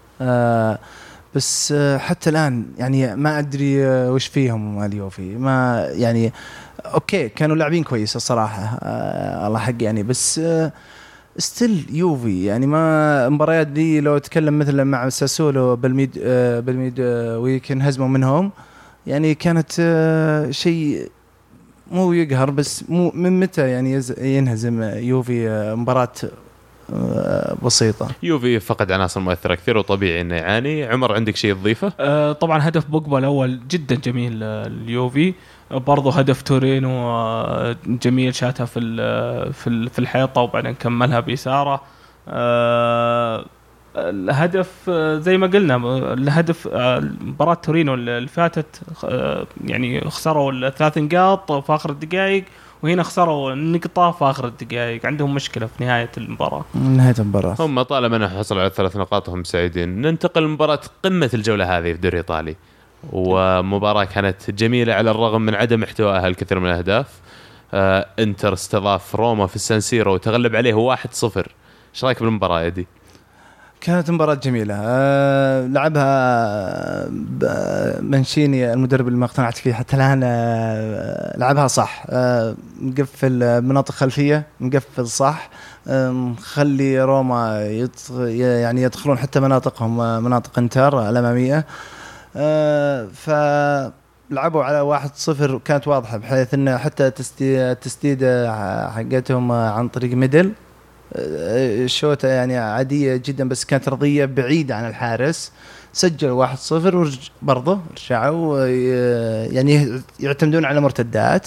بس حتى الآن يعني ما أدري وش فيهم اليوفي. ما يعني أوكي كانوا لاعبين كويس الصراحة الله حق يعني، بس ستيل يوفي يعني ما مباريات دي لو أتكلم مثلا مع ساسولو بالميد ويكن هزموا منهم يعني كانت شيء مو يقهر، بس مو من متى يعني ينهزم يوفي مباراة بسيطة. يوفي فقد عناصر مؤثرة كثير وطبيعي انه يعاني. عمر عندك شيء تضيفه؟ طبعا هدف بوجبا الأول جدا جميل اليوفي. برضو هدف تورينو جميل، شاتها في الحيطة وبعدين كملها بيسارة. الهدف زي ما قلنا الهدف مباراة تورينو اللي فاتت يعني خسروا 3 نقاط في آخر الدقائق وهنا خسروا النقطة في آخر الدقائق. عندهم مشكلة في نهاية المباراة. هم طالما أنه حصلوا على 3 نقاط هم سعيدين. ننتقل لمباراة قمة الجولة هذه في الدوري الإيطالي، ومباراة كانت جميلة على الرغم من عدم احتوائها الكثير من الأهداف. انتر استضاف روما في السانسيرو وتغلب عليه 1-0. ايش رايك بالمباراة يا دي؟ كانت مباراة جميلة. لعبها منشيني المدرب اللي ما اقتنعت فيه حتى الآن. لعبها صح، مقفل مناطق خلفية، مقفل صح، خلي روما يعني يدخلون حتى مناطقهم، مناطق انتر الأمامية. فلعبوا على 1-0 كانت واضحة، بحيث أن حتى التسديدة حقتهم عن طريق ميدل الشوطة يعني عادية جدا، بس كانت رضية بعيدة عن الحارس. سجلوا 1-0 برضه رجعوا يعني يعتمدون على مرتدات.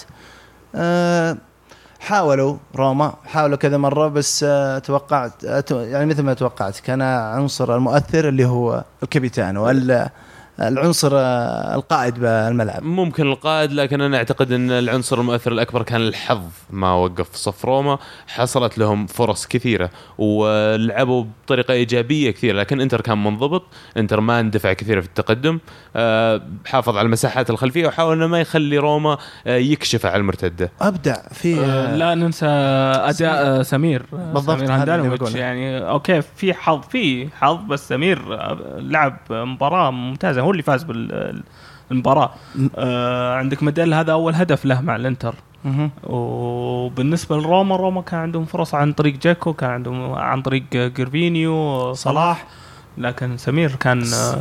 حاولوا روما كذا مرة، بس توقعت يعني مثل ما توقعت كان عنصر المؤثر اللي هو الكابيتان العنصر القائد بالملعب. ممكن القائد، لكن أنا أعتقد أن العنصر المؤثر الأكبر كان الحظ. ما وقف صف روما، حصلت لهم فرص كثيرة ولعبوا بطريقة إيجابية كثير، لكن إنتر كان منضبط. إنتر ما اندفع كثير في التقدم، حافظ على المساحات الخلفية وحاول أنه ما يخلي روما يكشف على المرتدة. أبدع في لا ننسى أداء سمير هاندانوفيتش. يعني أوكي في حظ بس سمير لعب مباراة ممتازة، هو اللي فاز بالمباراة. عندك ميدل هذا أول هدف له مع الانتر. وبالنسبة لروما كان عندهم فرص عن طريق جاكو، كان عندهم عن طريق جيرفينيو، صلاح، لكن سمير كان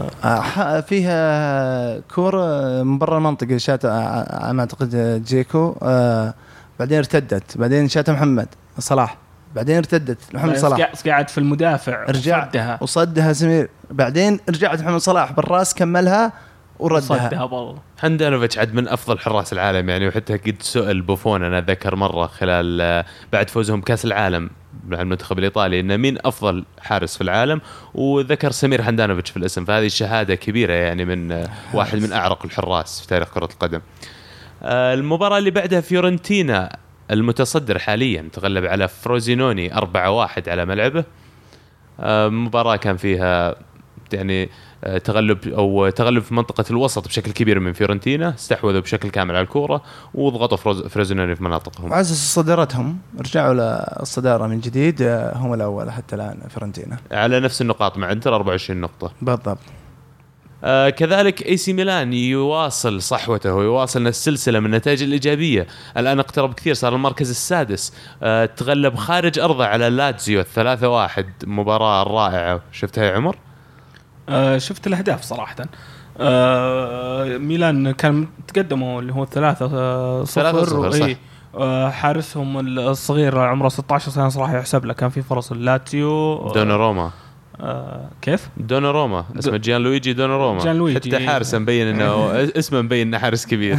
فيها كورة من برا المنطقة شات ما أعتقد جاكو، بعدين ارتدت، بعدين شات محمد صلاح، بعدين ارتدت محمد صلاح، قاعد في المدافع رجع وصدها سمير، بعدين رجعت محمد صلاح بالراس كملها وردها بالله. هاندانوفيتش عد من أفضل حراس العالم يعني، وحتى قد سؤال بوفون أنا ذكر مرة خلال بعد فوزهم كأس العالم مع المنتخب الإيطالي إنه مين أفضل حارس في العالم، وذكر سمير هاندانوفيتش في الاسم. فهذه الشهادة كبيرة يعني من واحد من أعرق الحراس في تاريخ كرة القدم. المباراة اللي بعدها فيورنتينا المتصدر حاليا تغلب على فروزينوني 4-1 على ملعبه. مباراة كان فيها يعني تغلب في منطقة الوسط بشكل كبير من فيورنتينا، استحوذوا بشكل كامل على الكرة وضغطوا فروزينوني في مناطقهم. عزز صدارتهم، رجعوا للصدارة من جديد، هم الأول حتى الآن فيورنتينا على نفس النقاط مع انتر 24 نقطة بالضبط. كذلك اي سي ميلان يواصل صحوته ويواصل السلسلة من النتائج الإيجابية. الآن اقترب كثير، صار المركز السادس. تغلب خارج أرضه على لاتزيو 3-1، مباراة رائعة. شفتها يا عمر؟ شفت الأهداف صراحة. ميلان كان تقدموا اللي هو 3-0. حارسهم الصغير عمره 16 سنة صراحة يحسب له، كان في فرص اللاتيو. دوناروما كيف؟ دوناروما اسمه جان لويجي دوناروما، حتى حارس مبين انه اسمه مبين انه حارس كبير.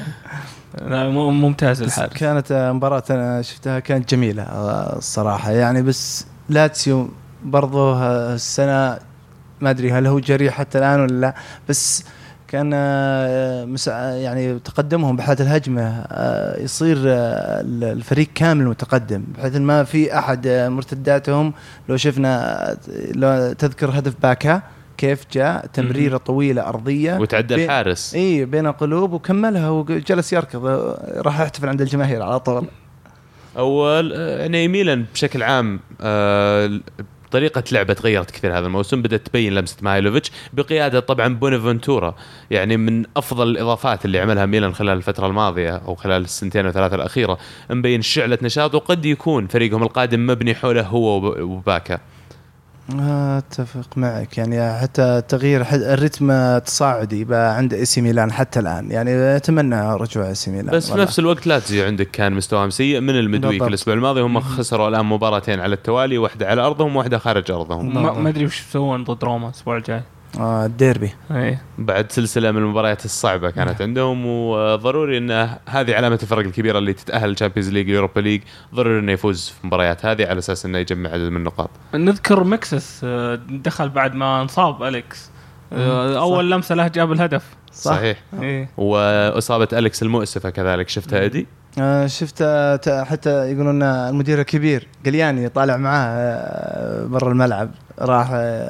ممتاز الحارس. كانت مباراة أنا شفتها كانت جميلة الصراحة يعني، بس لاتسيو برضو السنة ما أدري هل هو جريح حتى الآن ولا لا، بس كان يعني تقدمهم بحالة الهجمة يصير الفريق كامل متقدم، بحيث ما في أحد مرتداتهم. لو شفنا لو تذكر هدف باكا كيف جاء تمريرة طويلة أرضية وتعدى الحارس بين قلوب وكملها وجلس يركض، راح يحتفل عند الجماهير على طول. أول يعني ميلان بشكل عام طريقة لعبة تغيرت كثير هذا الموسم، بدأت تبين لمسة مايلوفيتش بقيادة طبعا بونافنتورا، يعني من أفضل الإضافات اللي عملها ميلان خلال الفترة الماضية أو خلال السنتين وثلاثة الأخيرة. مبين شعلة نشاط، وقد يكون فريقهم القادم مبني حوله هو وباكا. اتفق معك يعني، حتى تغيير الرتم التصاعدي بقى عند اي سي ميلان حتى الان، يعني اتمنى رجوع اي سي ميلان. بس في نفس الوقت لاتزيو عندك كان مستواهم سيء من المدوي في الاسبوع الماضي، هم خسروا الان مباراتين على التوالي، واحده على ارضهم واحده خارج ارضهم. ما ادري وش يسوون ضد روما الاسبوع الجاي. الديربي بعد سلسله من المباريات الصعبه كانت عندهم، وضروري ان هذه علامه الفرق الكبيره اللي تتاهل الشامبيونز ليج اليوروبا ليج، ضروري انه يفوز في المباريات هذه على اساس انه يجمع عدد من النقاط. نذكر مكسس دخل بعد ما انصاب أليكس، اول لمسه له جاب الهدف. صحيح. واصابه أليكس المؤسفه كذلك، شفتها ادي؟ شفت حتى يقولون المدير الكبير قلياني طالع معاه برا الملعب، راح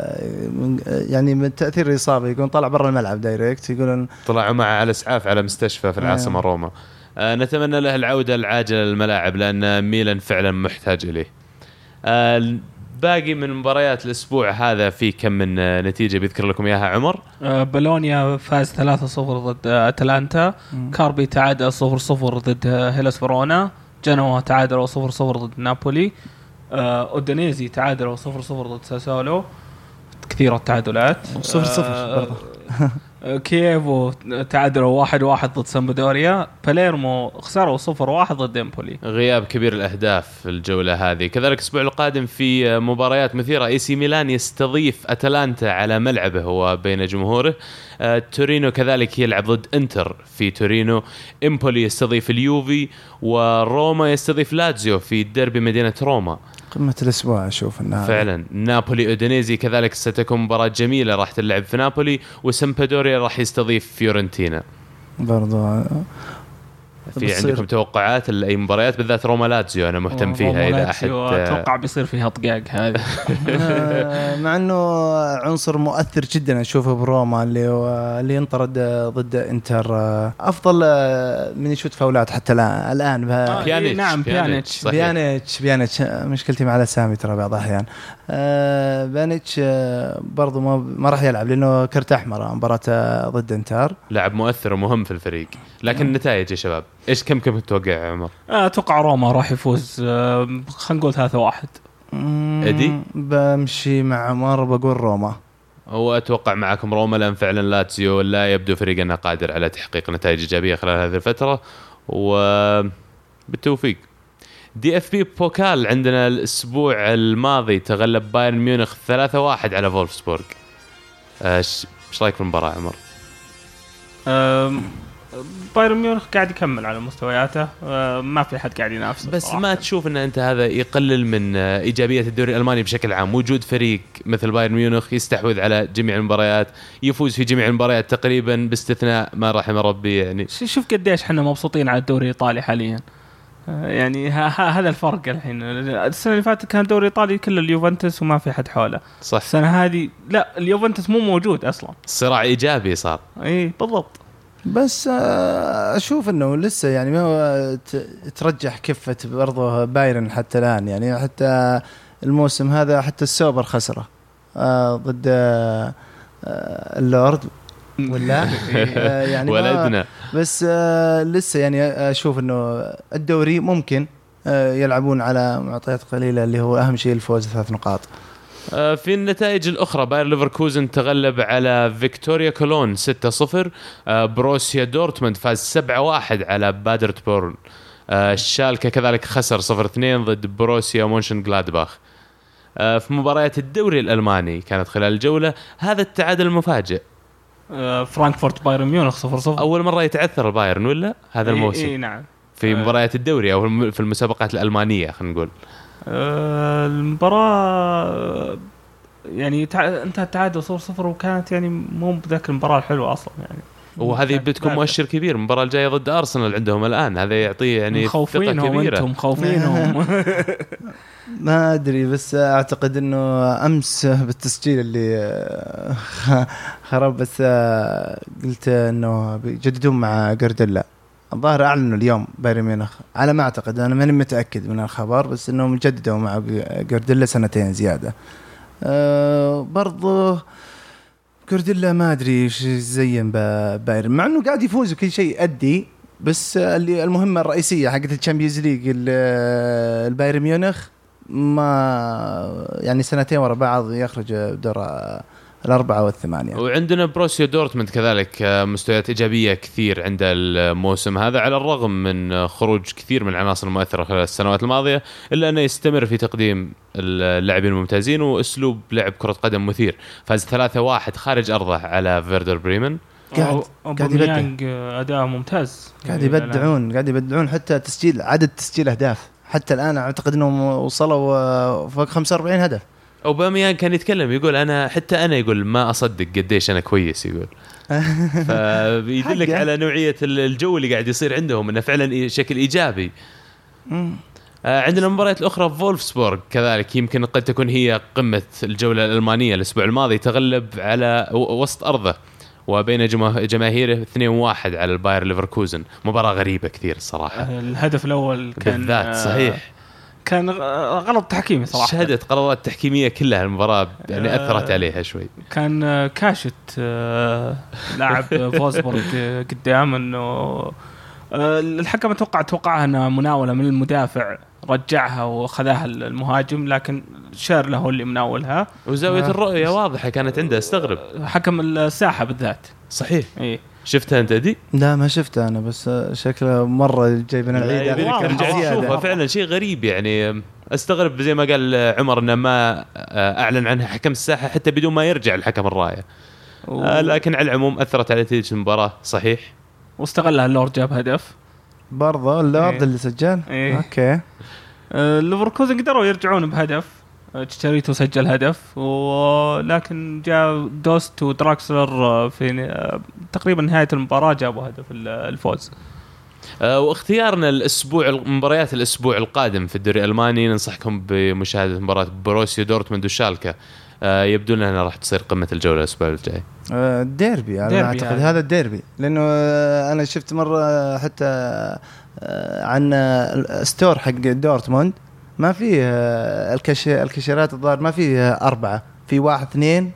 يعني من تأثير الإصابة يقولون طلع برا الملعب دايركت، يقولون طلعوا معه على إسعاف على مستشفى في العاصمة روما. نتمنى له العودة العاجلة للملاعب لأن ميلان فعلا محتاج إليه. باقي من مباريات الأسبوع هذا في كم من نتيجة بيذكر لكم إياها عمر؟ بولونيا فاز 3-0 ضد أتلانتا، كاربي تعادل 0-0 ضد هيلاس فيرونا، جنوا تعادل 0-0 ضد نابولي، أودينيزي تعادل 0-0 ضد ساسولو، كثيرة التعادلات. 0-0 برضه. كييفو تعادلوا 1-1 ضد سامبدوريا، باليرمو خسروا 0-1 ضد إمبولي. غياب كبير الأهداف في الجولة هذه. كذلك الأسبوع القادم في مباريات مثيرة، اي سي ميلان يستضيف أتلانتا على ملعبه وبين جمهوره، تورينو كذلك يلعب ضد انتر في تورينو، إمبولي يستضيف اليوفي، وروما يستضيف لاتزيو في ديربي مدينة روما. قمة الأسبوع أشوف إنها فعلا. نابولي أودينيزي كذلك ستكون مباراة جميلة راح تلعب في نابولي، وسامبدوريا راح يستضيف فيورنتينا برضو. في عندكم توقعات لأي مباريات بالذات؟ روما لاتزيو أنا مهتم فيها إذا أحد أتوقع بيصير فيها طقاق هذه. مع أنه عنصر مؤثر جدا أشوفه بروما اللي ينطرد ضد إنتر، أفضل من يشوت فاولات حتى الآن. بيانيتش. نعم بيانيتش مشكلتي مع الأسامي ترى بعض الأحيان. بيانيتش برضو ما راح يلعب لأنه كرت أحمر مباراة ضد إنتر. لاعب مؤثر ومهم في الفريق. لكن النتائج يا شباب ايش كم تتوقع يا عمر؟ اتوقع روما راح يفوز، خلينا نقول 3-1. ادي بمشي مع عمر بقول روما. هو اتوقع معكم روما، لان فعلا لاتسيو لا يبدو فريقنا قادر على تحقيق نتائج ايجابيه خلال هذه الفتره، وبالتوفيق. دي اف بي بوكال عندنا الاسبوع الماضي تغلب بايرن ميونخ 3-1 على فولفسبورغ. ايش رايك في المباراه عمر؟ بايرن ميونخ قاعد يكمل على مستوياته، ما في حد قاعد ينافسه بس صراحة. ما تشوف ان انت هذا يقلل من ايجابيه الدوري الالماني بشكل عام؟ وجود فريق مثل بايرن ميونخ يستحوذ على جميع المباريات، يفوز في جميع المباريات تقريبا باستثناء ما رحم ربي. يعني شوف قديش احنا مبسوطين على الدوري الايطالي حاليا، يعني هذا الفرق الحين. السنه اللي فاتت كان الدوري الايطالي كله اليوفنتوس وما في حد حوله، صح. السنه هذه لا، اليوفنتوس مو موجود اصلا، الصراع ايجابي صار. اي بالضبط. بس أشوف أنه لسه يعني ما هو ترجح كفة برضه بايرن حتى الآن. يعني حتى الموسم هذا حتى السوبر خسره ضد اللورد ولا يعني ولدنا. بس لسه يعني أشوف أنه الدوري ممكن يلعبون على معطيات قليلة، اللي هو أهم شيء الفوز 3 نقاط. في النتائج الأخرى باير ليفركوزن تغلب على فيكتوريا كولون 6-0. بروسيا دورتموند فاز 7-1 على بادرتبورن. الشالكة كذلك خسر 0-2 ضد بروسيا مونشن جلادباخ. في مباريات الدوري الألماني كانت خلال الجولة هذا التعادل المفاجئ. فرانكفورت بايرن ميونخ 0-0. أول مرة يتعثر البايرن ولا هذا الموسم؟ إيه نعم. في مباريات الدوري أو في المسابقات الألمانية خلينا نقول. المباراة يعني انتهى التعادل 0-0 وكانت يعني مو بذاك المباراة الحلوة أصلا يعني. وهذه بتكون مؤشر كبير. المباراة الجاية ضد أرسنال عندهم الآن، هذا يعطيه يعني ثقة كبيرة. مخوفينهم ما أدري، بس أعتقد إنه أمس بالتسجيل اللي خرب، بس قلت إنه بيجددون مع جارديلا. الظاهر أعلنوا اليوم بايرن ميونخ على ما أعتقد، أنا ماني متأكد من الخبر، بس إنهم مجددوا مع جارديلا 2 سنين زيادة. برضو جارديلا ما أدري إيش زين بايرن، مع إنه قاعد يفوز وكل شيء أدي، بس اللي المهمة الرئيسية حقت الشامبيونز ليج البايرن ميونخ ما يعني 2 ورا بعض يخرج دور 4 و8. وعندنا بروسيا دورتموند كذلك مستويات إيجابية كثير عند الموسم هذا، على الرغم من خروج كثير من العناصر المؤثرة خلال السنوات الماضية، إلا أنه يستمر في تقديم اللاعبين الممتازين وأسلوب لعب كرة قدم مثير. فاز 3-1 خارج أرضه على فيردر بريمن. قاعد يبدع أداء ممتاز، قاعد يبدعون حتى تسجيل عدد تسجيل أهداف. حتى الآن أعتقد أنهم وصلوا فوق 45 هدف. أوباميانغ كان يتكلم يقول أنا يقول ما أصدق قديش أنا كويس. يقول فبيدلك على نوعية الجو اللي قاعد يصير عندهم انه فعلا شكل ايجابي. عندنا المباريات الأخرى فولفسبورغ كذلك يمكن قد تكون هي قمة الجولة الألمانية الأسبوع الماضي، تغلب على وسط أرضه وبين جماهيره 2-1 على الباير ليفركوزن. مباراة غريبة كثير الصراحة. الهدف الأول كان بالذات صحيح كان غلط تحكيمي صراحة. شهدت قرارات تحكيمية كلها المباراة يعني أثرت عليها شوي. كان كاشت لاعب فولفسبورغ قدام انه الحكم توقعها انها مناولة من المدافع، رجعها وخذاها المهاجم، لكن شيرله هو اللي مناولها وزاوية الرؤية واضحة كانت عنده. استغرب حكم الساحة بالذات. صحيح. إيه. شفتها انت دي؟ لا ما شفتها انا، بس شكله مرة جايبنا العيد. فعلا شيء غريب يعني. استغرب زي ما قال عمر انه ما اعلن عنها حكم الساحة حتى بدون ما يرجع الحكم الراية. لكن على العموم اثرت على نتيجة المباراة صحيح. واستغلها اللورد، جاب هدف برضه اللورد اللي سجل. اوكي. ليفركوزن قدروا يرجعون بهدف، تشتريتو سجل هدف، ولكن جاء دوست ودراكسلر في تقريبا نهاية المباراة جابوا هدف الفوز. واختيارنا الأسبوع مباريات الأسبوع القادم في الدوري الألماني، ننصحكم بمشاهدة مباراة بروسيا دورتموند وشالكا. يبدو لنا راح تصير قمة الجولة الأسبوع الجاي. ديربي أنا أعتقد هذا الديربي، لأنه أنا شفت مرة حتى عن ستور حق دورتموند ما فيه الكشيرات الظاهر ما فيه 4، في 1 2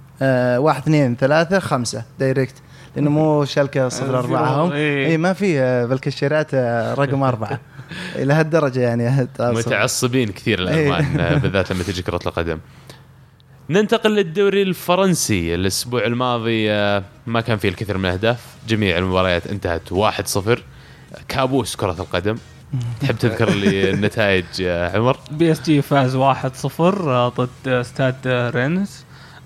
1 2 3 5 دايركت، لأنه مو شالكة 0-4 هم. إيه ما فيه بالكشيرات رقم 4 إلى هالدرجة يعني. متعصبين كثير الألمان بالذات لما تيجي كرة القدم. ننتقل للدوري الفرنسي. الأسبوع الماضي ما كان فيه الكثير من الأهداف، جميع المباريات انتهت 1-0. كابوس كرة القدم. تحب تذكر لي النتائج يا عمر؟ بي اس جي فاز 1-0 ضد ستاد رينز.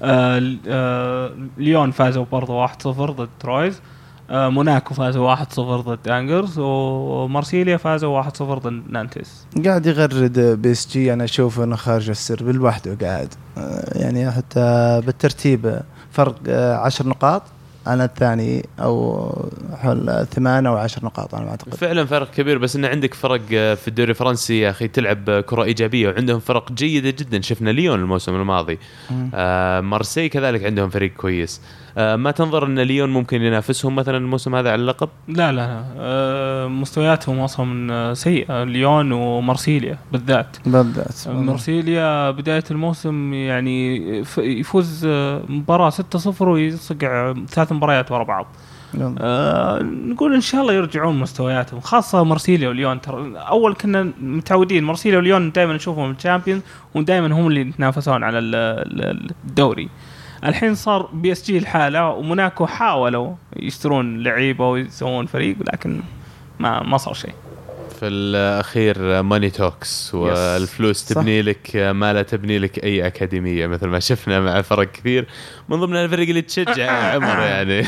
ليون فازوا برضو 1-0 ضد ترويز. موناكو فازوا 1-0 ضد أنجرز، ومارسيليا فازوا 1-0 ضد نانتس. قاعد يغرد بي اس جي، أنا أشوف أنه خارج السرب لوحده قاعد، يعني حتى بالترتيب فرق 10 نقاط أنا الثاني، أو حول 8 أو 10 نقاط أنا أعتقد. فعلا فرق كبير، بس إن عندك فرق في الدوري الفرنسي يا أخي تلعب كرة إيجابية، وعندهم فرق جيدة جدا. شفنا ليون الموسم الماضي، مارسي كذلك عندهم فريق كويس. ما تنظر أن ليون ممكن ينافسهم مثلا الموسم هذا على اللقب؟ لا مستوياتهم أصلا سيئة، ليون ومارسيليا بالذات. مارسيليا بداية الموسم يعني يفوز مباراة 6-0 ويصقع 3 مباريات ورا بعض. نقول إن شاء الله يرجعون مستوياتهم، خاصة مارسيليا وليون. ترى أول كنا متعودين مارسيليا وليون دائما نشوفهم الشامبيون، ودائما هم اللي يتنافسون على الدوري. الحين صار بي اس جي الحالة، وموناكو حاولوا يشترون لعيبة ويسوون فريق، لكن ما صار شيء. في الأخير ماني توكس، والفلوس تبني لك ما لا تبني لك أي أكاديمية، مثل ما شفنا مع فرق كثير من ضمن الفريق اللي تشجع عمر يعني.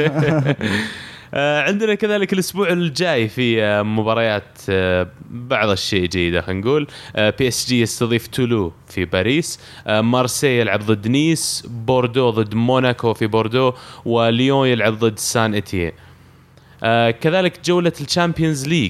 عندنا كذلك الأسبوع الجاي في مباريات بعض الشيء جيدة. خلينا نقول بي اس جي يستضيف تولو في باريس، مارسي يلعب ضد نيس، بوردو ضد موناكو في بوردو، وليون يلعب ضد سان إتيان. كذلك جولة الشامبيونز ليج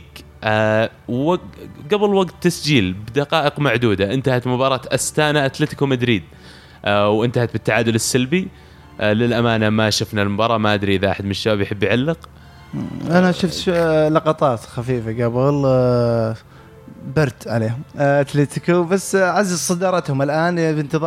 قبل وقت تسجيل بدقائق معدودة انتهت مباراة أستانا أتلتيكو مدريد، وانتهت بالتعادل السلبي. للأمانة ما شفنا المباراة، ما أدري إذا أحد من الشباب يحب يعلق. أنا شفت لقطات خفيفة قبل، برد عليهم أتلتيكو، بس عزز صدارتهم الآن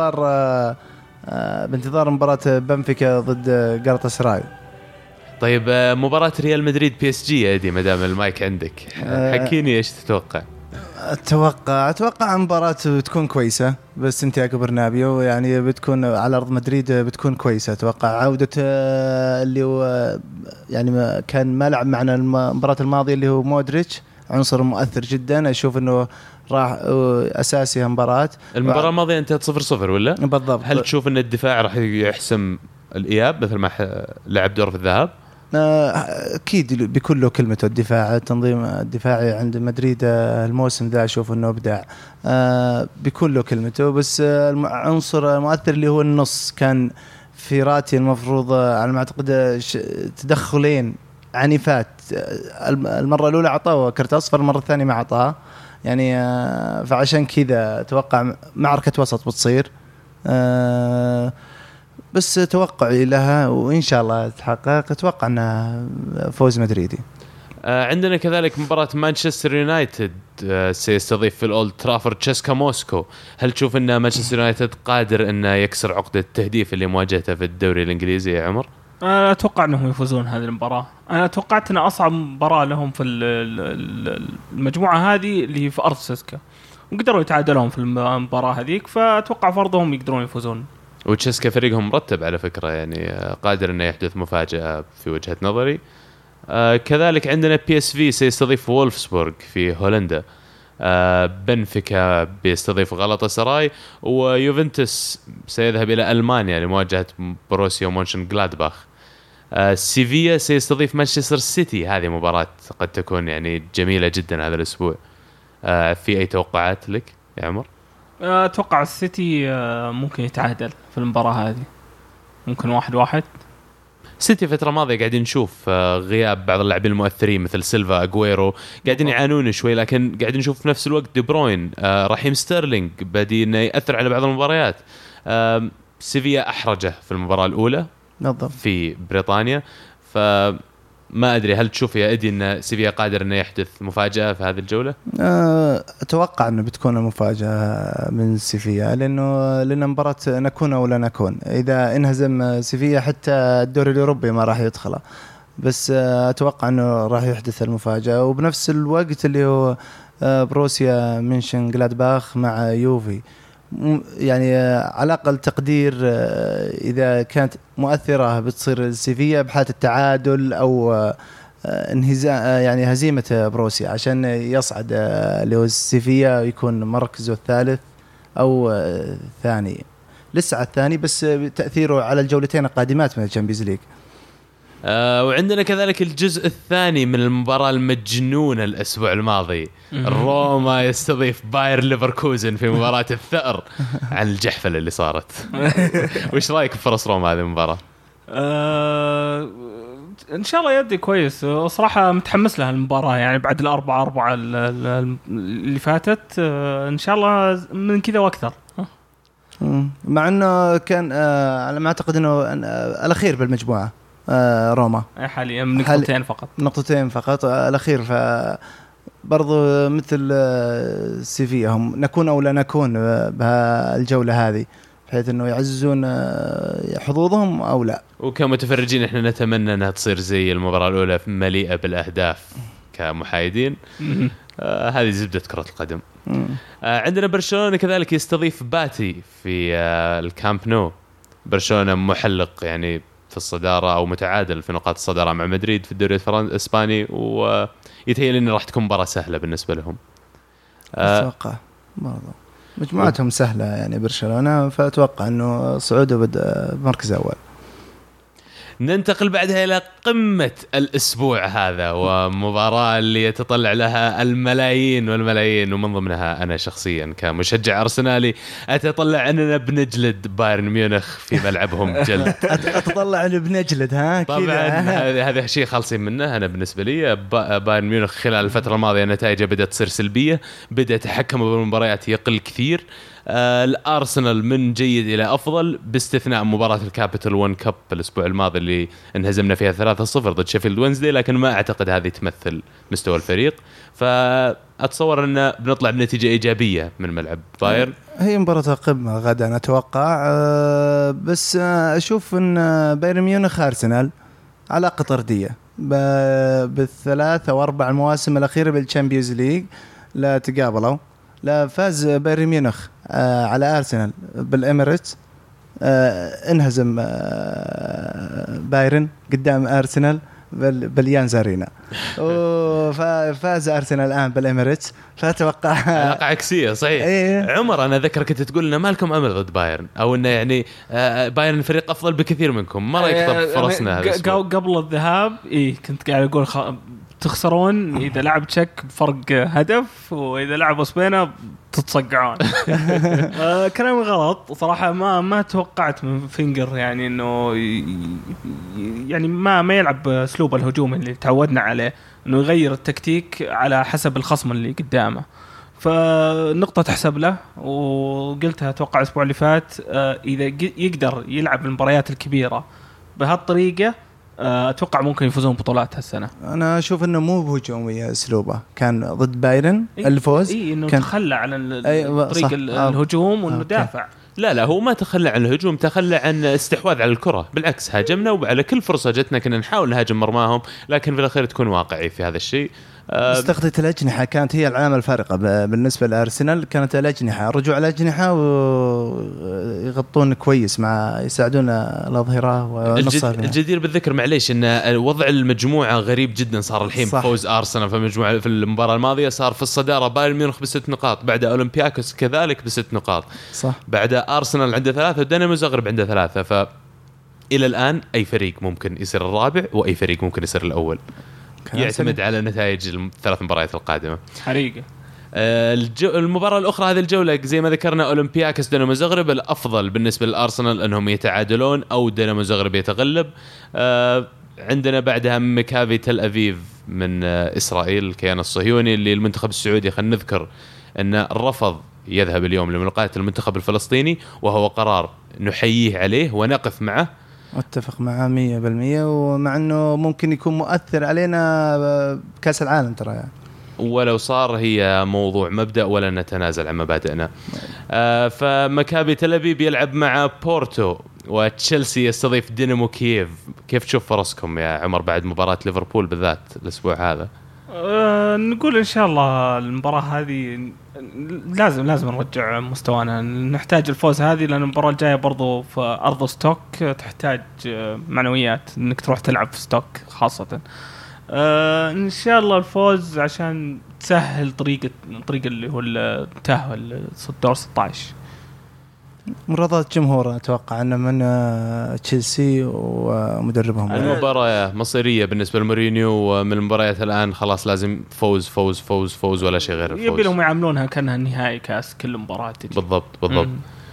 بانتظار مباراة بنفيكا ضد غالطا سراي. طيب مباراة ريال مدريد بي اس جي يا دي، مدام المايك عندك حكيني ايش تتوقع؟ اتوقع مباراة تكون كويسة، بس سانتياغو برنابيو يعني بتكون على ارض مدريد بتكون كويسة. اتوقع عودة اللي هو يعني كان ما لعب معنا المباراة الماضية اللي هو مودريتش، عنصر مؤثر جدا. اشوف انه راح اساسي المباراة الماضية انتهت 0-0 ولا؟ بالضبط. هل تشوف ان الدفاع راح يحسم الإياب مثل ما لعب دور في الذهاب؟ أكيد بيكون له كلمته. التنظيم الدفاعي عند مدريد الموسم ذا أشوف أنه إبداع، بيكون له كلمته. بس العنصر المؤثر اللي هو النص كان فيراتي المفروض على ما أعتقد تدخلين عنيفات. المرة الأولى عطاه كرت أصفر، المرة الثانية ما عطاه يعني. فعشان كذا أتوقع معركة وسط بتصير. بس توقعي لها وإن شاء الله تحقق. أتوقع أنها فوز مدريدي. عندنا كذلك مباراة مانشستر يونايتد سيستضيف في الأولد ترافورد تشيسكا موسكو. هل تشوف أن مانشستر يونايتد قادر أنه يكسر عقدة التهديف اللي مواجهته في الدوري الإنجليزي يا عمر؟ أنا أتوقع أنهم يفوزون هذه المباراة. أنا توقعت أن أصعب مباراة لهم في المجموعة هذه اللي في أرض سيسكا، وقدروا يتعادلون في المباراة هذيك، فأتوقع فرضهم يقدرون يفوزون. وتشيسكا فريقهم مرتب على فكرة، يعني قادر أنه يحدث مفاجأة في وجهة نظري. كذلك عندنا بي اس في سيستضيف وولفسبورغ في هولندا. بنفيكا بيستضيف غلطة سراي، ويوفنتوس سيذهب إلى ألمانيا لمواجهة بروسيا مونشن جلادباخ. سيفيا سيستضيف مانشستر سيتي. هذه مباراة قد تكون يعني جميلة جدا هذا الأسبوع. في أي توقعات لك يا عمر؟ أتوقع السيتي ممكن يتعادل في المباراة هذه، ممكن 1-1. سيتي فترة ماضية قاعدين نشوف غياب بعض اللاعبين المؤثرين مثل سيلفا أغويرو، قاعدين يعانون شوي، لكن قاعدين نشوف في نفس الوقت دي بروين، رحيم ستيرلينج بدين يأثر على بعض المباريات. سيفيا أحرجه في المباراة الأولى بالضبط في بريطانيا، فما أدري هل تشوف يا إدي أن سيفيا قادر أنه يحدث مفاجأة في هذه الجولة؟ أتوقع أنه بتكون المفاجأة من سيفيا، لأن مباراة نكون أو لا نكون. إذا انهزم سيفيا حتى الدوري الأوروبي ما راح يدخله، بس أتوقع أنه راح يحدث المفاجأة. وبنفس الوقت اللي هو بروسيا منشن جلادباخ مع يوفي، يعني على أقل تقدير إذا كانت مؤثرة بتصير سيفيا بحالة التعادل أو يعني هزيمة بروسيا عشان يصعد لو سيفيا يكون مركزه الثالث أو الثاني. لسه الثاني بس تأثيره على الجولتين القادمات من الشامبيونز ليج. وعندنا كذلك الجزء الثاني من المباراة المجنونة الأسبوع الماضي. روما يستضيف باير ليفركوزن في مباراة الثأر عن الجحفلة اللي صارت. وإيش رأيك في فرص روما هذه المباراة؟ إن شاء الله يدي كويس صراحة، متحمس لها المباراة يعني بعد 4-4 اللي فاتت. إن شاء الله من كذا وأكثر. مع أنه كان على ما أعتقد أنه الأخير بالمجموعة روما حاليا نقطتين فقط الأخير، فبرضو مثل سيفيا هم نكون أو لا نكون بهالجولة هذه، بحيث أنه يعززون حظوظهم أو لا. وكمتفرجين إحنا نتمنى أنها تصير زي المباراة الأولى مليئة بالأهداف كمحايدين. هذه زبدة كرة القدم. عندنا برشلونة كذلك يستضيف باتي في الكامب نو. برشلونة محلق يعني في الصدارة أو متعادل في نقاط الصدارة مع مدريد في الدوري الإسباني، ويتهيأ لي إن راح تكون مباراة سهلة بالنسبة لهم. أتوقع برضو مجموعتهم سهلة يعني برشلونة، فأتوقع أنه صعوده بدأ بمركز أول. ننتقل بعدها إلى قمة الأسبوع هذا، ومباراة اللي يتطلع لها الملايين والملايين، ومن ضمنها أنا شخصيا كمشجع أرسنالي أتطلع أننا بنجلد بايرن ميونخ في ملعبهم جلد. أتطلع أنه بنجلد طبعا هذا شيء خالصين منه. أنا بالنسبة لي بايرن ميونخ خلال الفترة الماضية نتائجه بدأت تصير سلبية، بدأ تحكمه بالمباريات يقل كثير. الأرسنال من جيد إلى أفضل، باستثناء مباراة الكابيتال 1 كاب الأسبوع الماضي اللي انهزمنا فيها 3-0 ضد شيفيلد وينزداي، لكن ما أعتقد هذه تمثل مستوى الفريق، فأتصور أن بنطلع بنتيجة إيجابية من ملعب بايرن. هي مباراة قمة غدا أتوقع، بس أشوف أن بايرن ميونخ أرسنال علاقة طردية بالثلاث أو 4 المواسم الأخيرة بالتشامبيونز ليج لا تقابلوا. لا فاز بايرن ميونخ على أرسنال بالإميريتس، انهزم بايرن قدام أرسنال باليانز أرينا، وفاز أرسنال الآن بالإميريتس، فأتوقع علاقة عكسية صحيح. عمر أنا ذكرك أنت تقول إن ما لكم أمل ضد بايرن، أو إنه يعني بايرن فريق أفضل بكثير منكم، ما رأيك طب فرصنا هذا قبل الذهاب كنت قاعد أقول تخسرون إذا لعب تشيك بفرق هدف، وإذا لعب أسبانيا تتصقعون. كلام غلط صراحة. ما توقعت من فينجر يعني إنه يعني ما يلعب أسلوب الهجوم اللي تعودنا عليه، إنه يغير التكتيك على حسب الخصم اللي قدامه. فنقطة تحسب له، وقلتها أتوقع الأسبوع اللي فات، إذا يقدر يلعب المباريات الكبيرة بهالطريقة أتوقع ممكن يفوزون بطولات هالسنة. أنا أشوف إنه مو بهجومي أسلوبه، كان ضد بايرن الفوز إنه كان تخلى عن طريق الهجوم وإنه دافع. لا هو ما تخلى عن الهجوم، تخلى عن استحواذ على الكرة. بالعكس هاجمنا، وعلى كل فرصة جتنا كنا نحاول نهاجم مرماهم، لكن في الأخير تكون واقعي في هذا الشيء. استخدمت الأجنحة كانت هي العلامة الفارقة بالنسبة لأرسنال، كانت الأجنحة، رجوع الأجنحة ويغطون كويس مع يساعدون الأظهرة ونصها. الجدير بالذكر معليش إن وضع المجموعة غريب جدا صار الحين. فوز أرسنال في المجموعة في المباراة الماضية صار في الصدارة بايرن ميونخ ب6 نقاط، بعد أولمبياكوس كذلك ب6 نقاط، صح. بعد أرسنال عنده 3 ودينامو زغرب عنده 3. فإلى الآن أي فريق ممكن يصير الرابع، وأي فريق ممكن يصير الأول، يعتمد على نتائج الثلاث مباريات القادمة حقيقة. المباراة الأخرى هذه الجولة زي ما ذكرنا أولمبياكوس دينامو زغرب. الأفضل بالنسبة للأرسنال أنهم يتعادلون أو دينامو زغرب يتغلب. عندنا بعدها مكابي تل أفيف من إسرائيل، الكيان الصهيوني اللي المنتخب السعودي خلينا نذكر أن رفض يذهب اليوم لملاقاة المنتخب الفلسطيني، وهو قرار نحييه عليه ونقف معه. اتفق معه 100%، ومع انه ممكن يكون مؤثر علينا بكاس العالم ترى يعني. ولو صار هي موضوع مبدأ ولا نتنازل عن مبادئنا. فمكابي تل أبيب يلعب مع بورتو، وتشيلسي يستضيف دينامو كييف. كيف تشوف فرصكم يا عمر بعد مباراة ليفربول بالذات الأسبوع هذا؟ نقول إن شاء الله المباراة هذه لازم نرجع مستوانا، نحتاج الفوز هذه، لأن المباراة الجاية برضو في أرض ستوك تحتاج معنويات إنك تروح تلعب في ستوك خاصة. إن شاء الله الفوز عشان تسهل طريق اللي هو التأهل دور 16. مرضات جمهور أتوقع أنه من تشيلسي ومدربهم. المباراة مصيرية بالنسبة لمورينيو، ومن المباريات الآن خلاص لازم فوز فوز فوز فوز ولا شيء غير الفوز. يبي لهم يعملونها كأنها نهائي كاس كل مباراة تجي. بالضبط.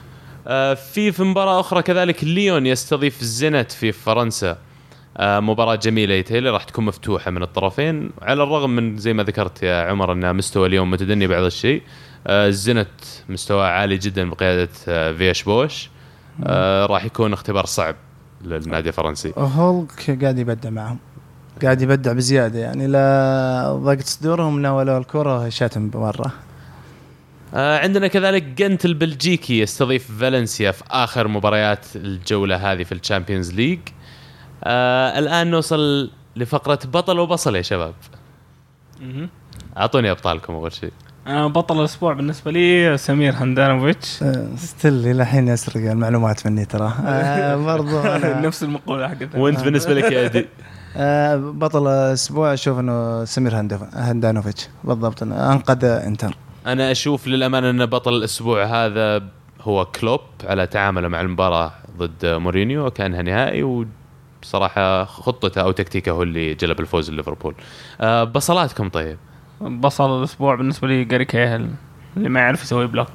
في مباراة أخرى كذلك ليون يستضيف زينت في فرنسا. مباراة جميلة يتهيألي راح تكون مفتوحة من الطرفين، على الرغم من زي ما ذكرت يا عمر أن مستوى اليوم متدني بعض الشيء. زينت مستوى عالي جدا بقيادة فياش بوش. راح يكون اختبار صعب للنادي الفرنسي. هولك قاعد يبدع معهم، قاعد يبدع بزيادة يعني، لا ضغط صدورهم ناولوا الكرة شاتم بمرة. عندنا كذلك جنت البلجيكي يستضيف فالنسيا في آخر مباريات الجولة هذه في الشامبيونز ليج. الآن نوصل لفقرة بطل وبصل يا شباب. أعطوني أبطالكم أول شيء. بطل الأسبوع بالنسبة لي سمير هاندانوفيتش. ستيل إلى حين يسرق المعلومات مني ترى. برضو نفس المقولة حقتها. وأنت بالنسبة لك يا أدي؟ بطل الأسبوع أشوف إنه سمير هاندانوفيتش بالضبط، أنقذ إنتر. أنا أشوف للأمانة أن بطل الأسبوع هذا هو كلوب على تعامله مع المباراة ضد مورينيو، وكانها نهائي، وبصراحة خطته أو تكتيكه هو اللي جلب الفوز لليفربول. بصلاتكم طيب؟ بصل الأسبوع بالنسبة لي جاري كيهل اللي ما يعرف يسوي بلوك.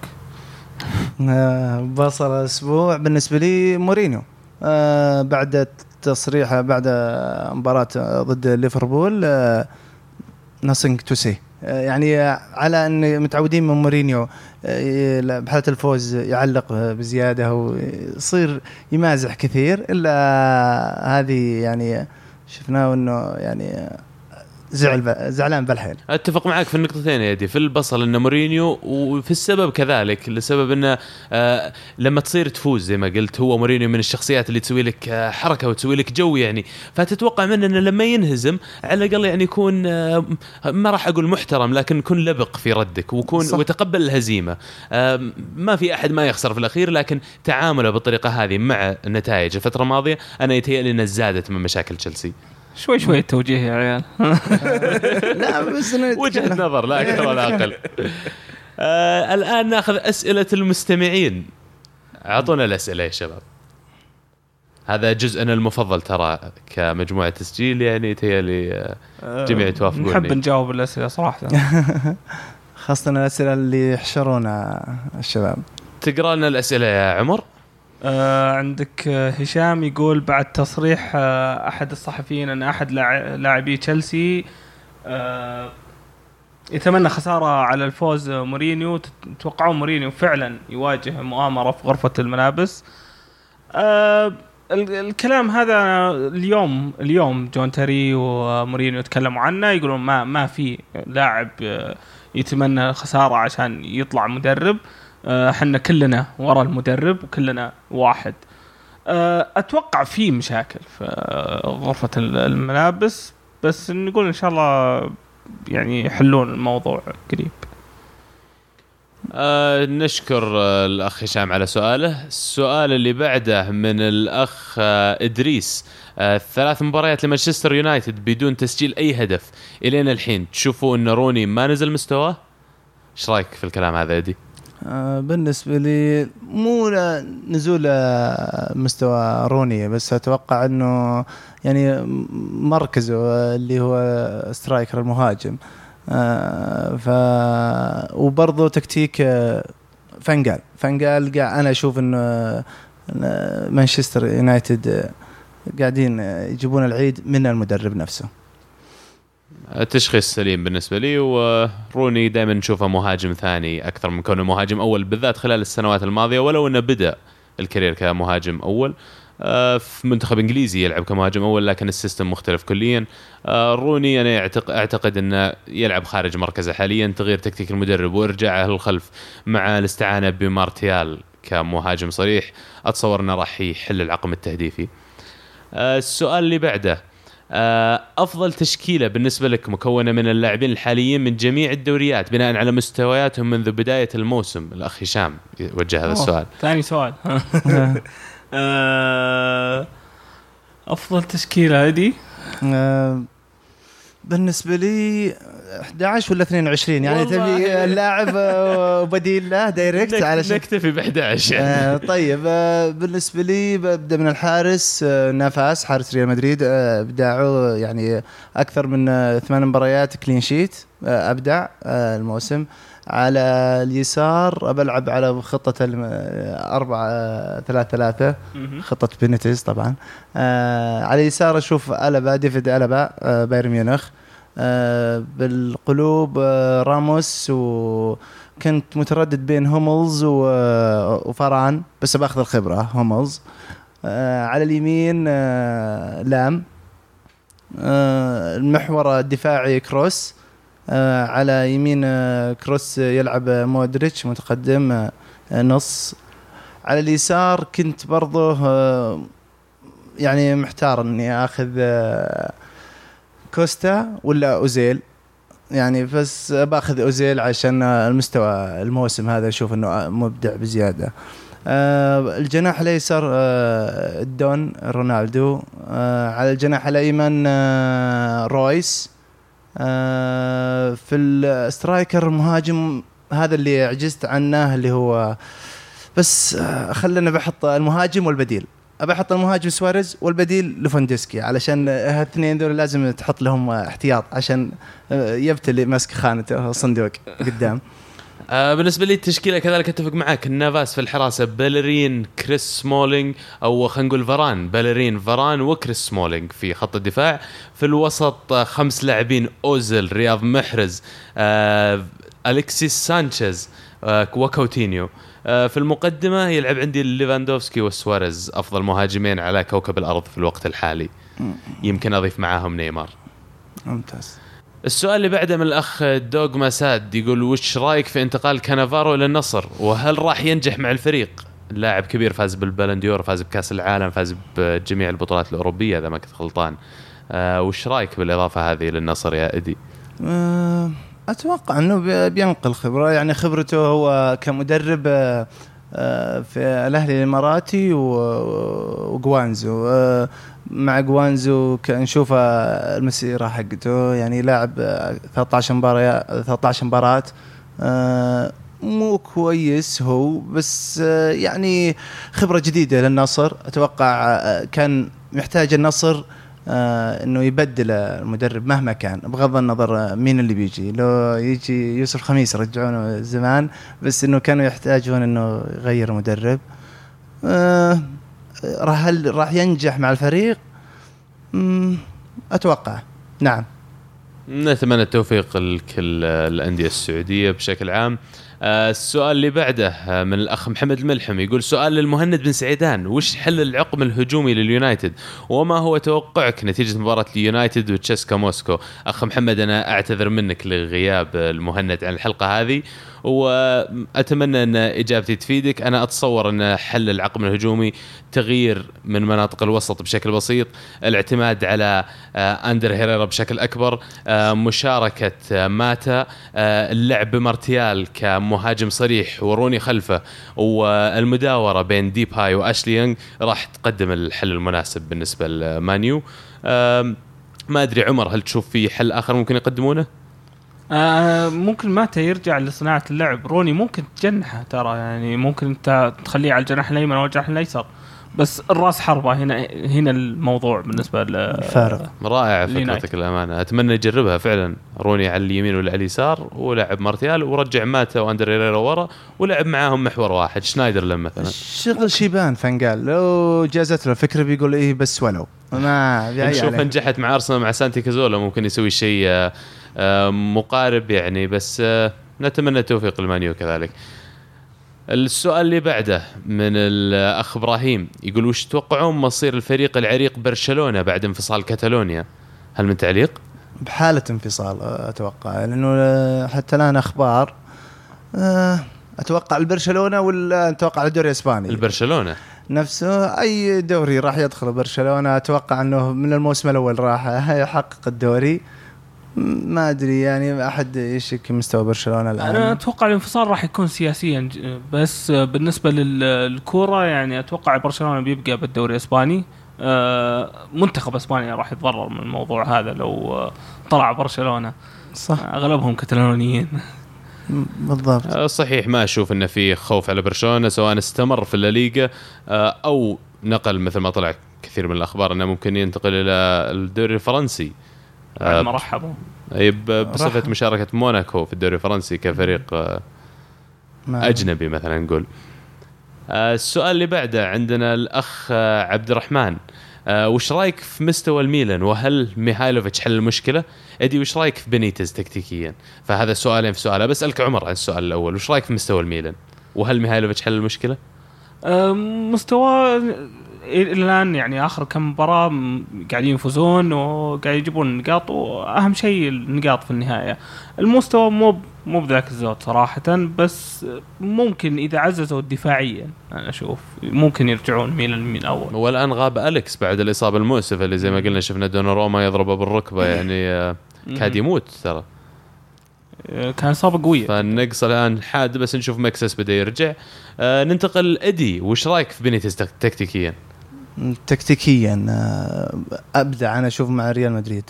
بصل الأسبوع بالنسبة لي مورينيو، بعد تصريحه بعد مباراة ضد ليفربول nothing to say، يعني على أن متعودين من مورينيو بحالة الفوز يعلق بزيادة ويصير يمازح كثير، إلا هذه يعني شفناه أنه يعني زعلان بالحيل. اتفق معك في النقطتين يا دي، في البصل انه مورينيو، وفي السبب كذلك لسبب انه لما تصير تفوز زي ما قلت، هو مورينيو من الشخصيات اللي تسوي لك حركه وتسوي لك جو يعني، فتتوقع منه انه لما ينهزم على الاقل يعني يكون ما راح اقول محترم، لكن يكون لبق في ردك وتقبل الهزيمه. ما في احد ما يخسر في الاخير، لكن تعامله بالطريقه هذه مع النتائج الفتره الماضيه انا يتهيألي انها زادت من مشاكل تشيلسي. شوي التوجيه يا عيال. لا بس وجهة نظر لا أكثر ولا أقل. الآن نأخذ أسئلة المستمعين. أعطونا الأسئلة يا شباب. هذا جزءنا المفضل ترى كمجموعة تسجيل، يعني تيالي جميع يتوافقوني. نحب نجاوب الأسئلة صراحة. خاصة الأسئلة اللي يحشرونا الشباب. تقرأ لنا الأسئلة يا عمر. عندك هشام يقول بعد تصريح أحد الصحفيين أن أحد لاعبي تشيلسي يتمنى خسارة على الفوز مورينيو، تتوقعون مورينيو فعلا يواجه مؤامرة في غرفة الملابس؟ الكلام هذا اليوم جون تيري ومورينيو يتكلموا عنه، يقولون ما في لاعب يتمنى خسارة عشان يطلع مدرب. احنا كلنا ورا المدرب وكلنا واحد. اتوقع في مشاكل في غرفة الملابس، بس نقول ان شاء الله يعني يحلون الموضوع قريب. نشكر الأخ هشام على سؤاله. السؤال اللي بعده من الأخ إدريس. 3 مباريات لمانشستر يونايتد بدون تسجيل أي هدف إلين الحين، تشوفوا أن روني ما نزل مستواه؟ إيش رأيك في الكلام هذا يدي؟ بالنسبة لي مو نزول مستوى روني، بس أتوقع أنه يعني مركزه اللي هو سترايكر المهاجم، وبرضه تكتيك فانجال أنا أشوف أنه مانشستر يونايتد قاعدين يجيبون العيد من المدرب نفسه. التشخيص سليم بالنسبة لي، وروني دائما نشوفه مهاجم ثاني أكثر من كونه مهاجم أول، بالذات خلال السنوات الماضية، ولو أنه بدأ الكارير كمهاجم أول في منتخب إنجليزي يلعب كمهاجم أول، لكن السيستم مختلف كليا. روني أنا أعتقد أنه يلعب خارج مركزه حاليا. تغيير تكتيك المدرب وإرجاعه للخلف مع الاستعانة بمارتيال كمهاجم صريح، أتصور أنه راح يحل العقم التهديفي. السؤال اللي بعده، أفضل تشكيلة بالنسبة لك مكونة من اللاعبين الحاليين من جميع الدوريات بناء على مستوياتهم منذ بداية الموسم. الأخ هشام وجه هذا السؤال. ثاني سؤال. أفضل تشكيلة هذه بالنسبة لي 11 ولا 22 يعني تبي اللاعب وبديل له دايركت علشان نكتفي ب 11. طيب بالنسبة لي ببدأ من الحارس. نافاس حارس ريال مدريد ابداعه يعني أكثر من 8 مباريات كلين شيت، أبدع الموسم. على اليسار بلعب على خطة 4-3-3 خطة بينيتز طبعا. على اليسار أشوف ألابا، ديفيد ألابا بايرن ميونخ. بالقلوب راموس، وكنت متردد بين هوملز وفاران بس باخذ الخبرة هوملز. على اليمين لام. المحور الدفاعي كروس. على يمين كروس يلعب مودريتش متقدم نص. على اليسار كنت برضه يعني محتار اني اخذ كوستا ولا اوزيل يعني، بس باخذ اوزيل عشان المستوى الموسم هذا اشوف انه مبدع بزياده. الجناح الايسر الدون رونالدو. على الجناح الايمن رويس. في السترايكر مهاجم هذا اللي عجزت عنه اللي هو، بس خلنا بحط المهاجم والبديل. أبحط المهاجم سواريز والبديل لفوندسكي، علشان هالاثنين دول لازم تحط لهم احتياط عشان يبتلي ماسك خانته صندوق قدام. بالنسبة لي التشكيلة كذلك اتفق معك. النافاس في الحراسة بيلرين كريس سمولينج، أو خلينا نقول فران، بيلرين فران وكريس سمولينج في خط الدفاع. في الوسط 5 لاعبين: أوزيل، رياض محرز، أليكسيس سانشيز، وكوتينيو. في المقدمة يلعب عندي ليفاندوفسكي وسواريز، أفضل مهاجمين على كوكب الأرض في الوقت الحالي. يمكن أضيف معاهم نيمار. ممتاز. السؤال اللي بعده من الأخ دوغما ساد، يقول وش رأيك في انتقال كانافارو للنصر، وهل راح ينجح مع الفريق؟ لاعب كبير، فاز بالبالنديور، فاز بكأس العالم، فاز بجميع البطولات الأوروبية إذا ما كنت غلطان. وش رأيك بالإضافة هذه للنصر يا إدي؟ أتوقع أنه بينقل خبرة، يعني خبرته هو كمدرب في الأهلي الإماراتي وجوانزو. مع جوانزو نشوف المسيرة حقته، يعني لاعب 13 مباراة مو كويس هو، بس يعني خبرة جديدة للنصر. أتوقع كان محتاج النصر انه يبدل المدرب مهما كان، بغض النظر مين اللي بيجي. لو يجي يوسف خميس رجعونه زمان، بس انه كانوا يحتاجون انه يغير مدرب. هل راح ينجح مع الفريق؟ اتوقع نعم. نتمنى التوفيق لكل الأندية السعودية بشكل عام. السؤال اللي بعده من الأخ محمد الملحم، يقول سؤال للمهند بن سعيدان: وش حل العقم الهجومي لليونايتد، وما هو توقعك نتيجة مباراة اليونايتد وتشيسكا موسكو؟ أخ محمد، أنا أعتذر منك لغياب المهند عن الحلقة هذه، وأتمنى أن إجابتي تفيدك. أنا أتصور أن حل العقم الهجومي تغيير من مناطق الوسط بشكل بسيط، الاعتماد على أندر هيريرا بشكل أكبر، مشاركة ماتا، اللعب بمارتيال كمهاجم صريح وروني خلفه، والمداورة بين ديباي وأشلي يونغ راح تقدم الحل المناسب بالنسبة لمانيو. ما أدري عمر، هل تشوف في حل آخر ممكن يقدمونه؟ ممكن ماتا يرجع لصناعة اللعب، روني ممكن تجنحه ترى، يعني ممكن انت تخليه على الجناح الأيمن أو الجناح الأيسر، بس الراس حربة هنا الموضوع بالنسبة فارق. رائع فكرتك الأمانة، أتمنى يجربها فعلا. روني على اليمين ولا على اليسار، ولعب مارتيال ورجع ماتا وأندر هيريرا ورا، ولعب معاهم محور واحد شنايدر لما مثلا. شغل شيبان فنقال لو جازت له فكرة بيقول إيه بس ولو ما نشوف نجحت مع أرسنال مع سانتي كازولا، ممكن يسوي شيء مقارب يعني، بس نتمنى التوفيق للمانيو كذلك. السؤال اللي بعده من الأخ إبراهيم، يقول وش تتوقعون مصير الفريق العريق برشلونة بعد انفصال كاتالونيا؟ هل من تعليق؟ بحالة انفصال أتوقع، لأنه حتى الآن أخبار أتوقع البرشلونة، ولا أتوقع الدوري الإسباني؟ البرشلونة نفسه أي دوري راح يدخل برشلونة. أتوقع أنه من الموسم الأول راح يحقق الدوري. ما أدري يعني أحد يشك مستوى برشلونة الآن. أنا أتوقع الانفصال راح يكون سياسيا، بس بالنسبة للكرة يعني أتوقع برشلونة بيبقى بالدوري الإسباني. منتخب إسبانيا راح يتضرر من الموضوع هذا لو طلع برشلونة، صح، أغلبهم كتالونيين. بالضبط صحيح. ما أشوف إن في خوف على برشلونة سواء استمر في الليغا أو نقل، مثل ما طلع كثير من الأخبار أنه ممكن ينتقل إلى الدوري الفرنسي. مرحبا. بصفة مشاركة موناكو في الدوري الفرنسي كفريق أجنبي مثلا نقول. السؤال اللي بعده عندنا الأخ عبد الرحمن، وش رايك في مستوى الميلان، وهل ميهايلوفيتش حل المشكلة؟ أدي وش رايك في بينيتز تكتيكيا؟ فهذا سؤالين في سؤال. بسألك عمر عن السؤال الأول، وش رايك في مستوى الميلان، وهل ميهايلوفيتش حل المشكلة؟ مستوى الآن يعني آخر كم مباراة قاعدين يفوزون وقاعد يجيبون نقاط، وأهم شيء النقاط في النهاية. المستوى مو بذاك الزود صراحة، بس ممكن إذا عززوا الدفاعيا أنا أشوف ممكن يرجعون ميلان من أول. والآن غاب أليكس بعد الإصابة المؤسفة اللي زي ما قلنا، شفنا دوناروما يضربه بالركبة يعني كاد يموت ترى، كان إصابة قوية. فالنقص الآن حاد، بس نشوف مكسس بدأ يرجع. ننتقل إدي، وش رأيك في بينيتز تكتيكيا؟ تكتيكيا أبدع أنا أشوف مع ريال مدريد.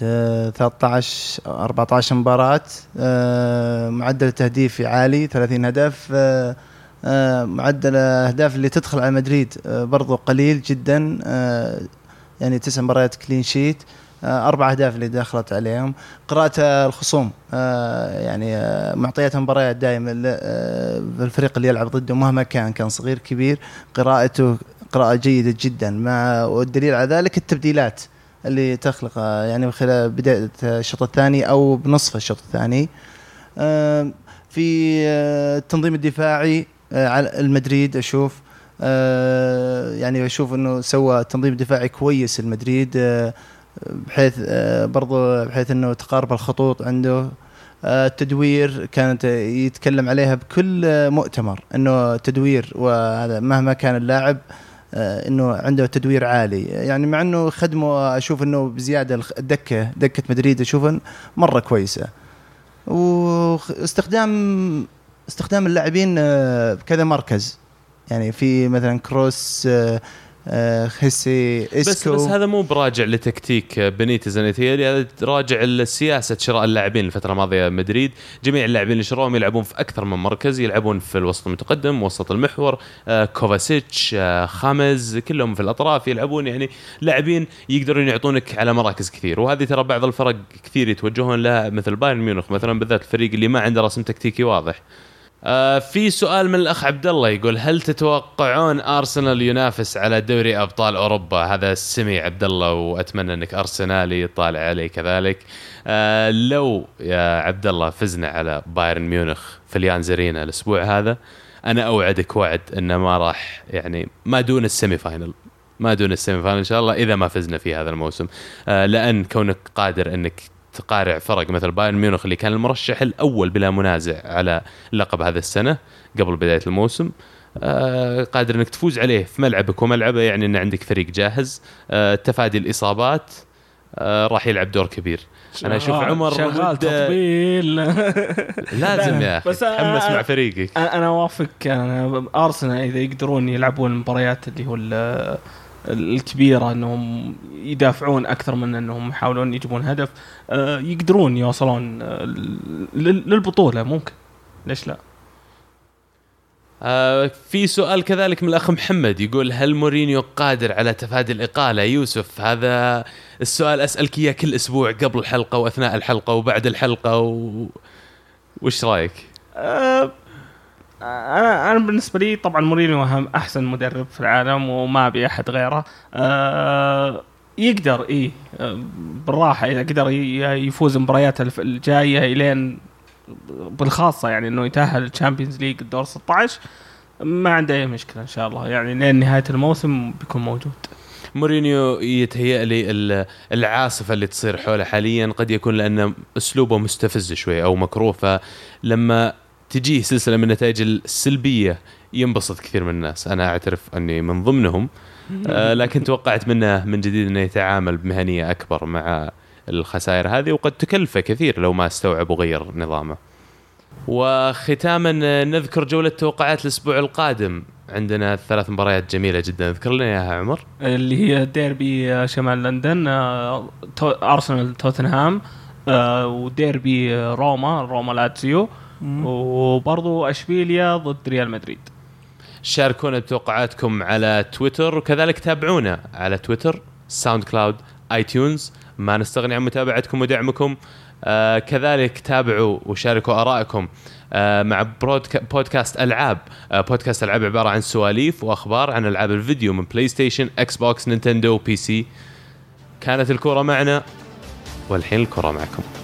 13-14 مباراة، معدل تهديفي عالي 30 هدف، معدل أهداف اللي تدخل على مدريد برضو قليل جدا، يعني 9 مباريات كلين شيت، 4 أهداف اللي دخلت عليهم. قراءة الخصوم يعني معطيات مباريات دائما بالفريق اللي يلعب ضده مهما كان صغير كبير، قراءته قراءة جيدة جدا. والدليل على ذلك التبديلات اللي تخلق يعني خلال بداية الشوط الثاني أو بنصف الشوط الثاني. في التنظيم الدفاعي على المدريد أشوف يعني أشوف أنه سوى تنظيم دفاعي كويس المدريد، بحيث أنه تقارب الخطوط عنده. التدوير كانت يتكلم عليها بكل مؤتمر، أنه تدوير، وهذا مهما كان اللاعب انه عنده تدوير عالي، يعني مع انه خدمه اشوف انه بزياده دكه مدريد اشوف مره كويسه. واستخدام اللاعبين بكذا مركز، يعني في مثلا كروس خسي إسكو. بس هذا مو براجع لتكتيك بنيتز، هذا راجع لسياسة شراء اللاعبين الفترة الماضية. مدريد جميع اللاعبين اللي شروهم يلعبون في أكثر من مركز، يلعبون في الوسط المتقدم، وسط المحور، كوفاسيتش، خامز، كلهم في الأطراف يلعبون، يعني لاعبين يقدرون يعطونك على مراكز كثير. وهذه ترى بعض الفرق كثير يتوجهون لها مثل بايرن ميونخ مثلا، بالذات الفريق اللي ما عنده رسم تكتيكي واضح. في سؤال من الأخ عبد الله يقول: هل تتوقعون أرسنال ينافس على دوري أبطال أوروبا؟ هذا السمي عبد الله، وأتمنى أنك أرسنالي طالع عليه كذلك. لو يا عبد الله فزنا على بايرن ميونخ في اليانز أرينا الأسبوع هذا، أنا أوعدك وعد أنه ما راح، يعني ما دون السيمي فاينل إن شاء الله إذا ما فزنا في هذا الموسم. لأن كونك قادر أنك تقارع فرق مثل بايرن ميونخ اللي كان المرشح الأول بلا منازع على اللقب هذا السنة قبل بداية الموسم، قادر أنك تفوز عليه في ملعبك وملعبه، يعني أن عندك فريق جاهز. تفادي الإصابات راح يلعب دور كبير. أنا أشوف عمر شغال تطبيل لازم يا أخي تحمس مع فريقك. أنا وافق. أرسنال إذا يقدرون يلعبون المباريات اللي هو الكبيرة، أنهم يدافعون أكثر من أنهم يحاولون يجيبون هدف، يقدرون يوصلون للبطولة. ممكن، ليش لا؟ في سؤال كذلك من الأخ محمد يقول: هل مورينيو قادر على تفادي الإقالة؟ يوسف، هذا السؤال أسألك إياه كل أسبوع قبل الحلقة وأثناء الحلقة وبعد الحلقة وش رأيك؟ أنا بالنسبة لي طبعا مورينيو أحسن مدرب في العالم وما أبي أحد غيره. يقدر بالراحة إذا قدر يفوز مباريات الجاية إلين بالخاصة، يعني إنه يتأهل الشامبيونز ليج الدور 16، ما عنده أي مشكلة إن شاء الله. يعني لين نهاية الموسم بيكون موجود. مورينيو يتهيأ لي العاصفة اللي تصير حوله حاليا قد يكون لأن أسلوبه مستفز شوي أو مكروه، فلما تجيه سلسلة من النتائج السلبية ينبسط كثير من الناس. أنا أعترف أني من ضمنهم، لكن توقعت منه من جديد أنه يتعامل بمهنية أكبر مع الخسائر هذه، وقد تكلفه كثير لو ما استوعب وغير نظامه. وختاما نذكر جولة توقعات الأسبوع القادم. عندنا 3 مباريات جميلة جدا، اذكر لنا إياها عمر. اللي هي ديربي شمال لندن، أرسنال توتنهام، وديربي روما لاتسيو، وبرضو أشبيليا ضد ريال مدريد. شاركونا بتوقعاتكم على تويتر، وكذلك تابعونا على تويتر، ساوند كلاود، آيتيونز. ما نستغني عن متابعتكم ودعمكم. كذلك تابعوا وشاركوا آرائكم مع بودكاست ألعاب. بودكاست ألعاب عبارة عن سواليف وأخبار عن ألعاب الفيديو من بلاي ستيشن، إكس بوكس، نينتندو، بي سي. كانت الكرة معنا، والحين الكرة معكم.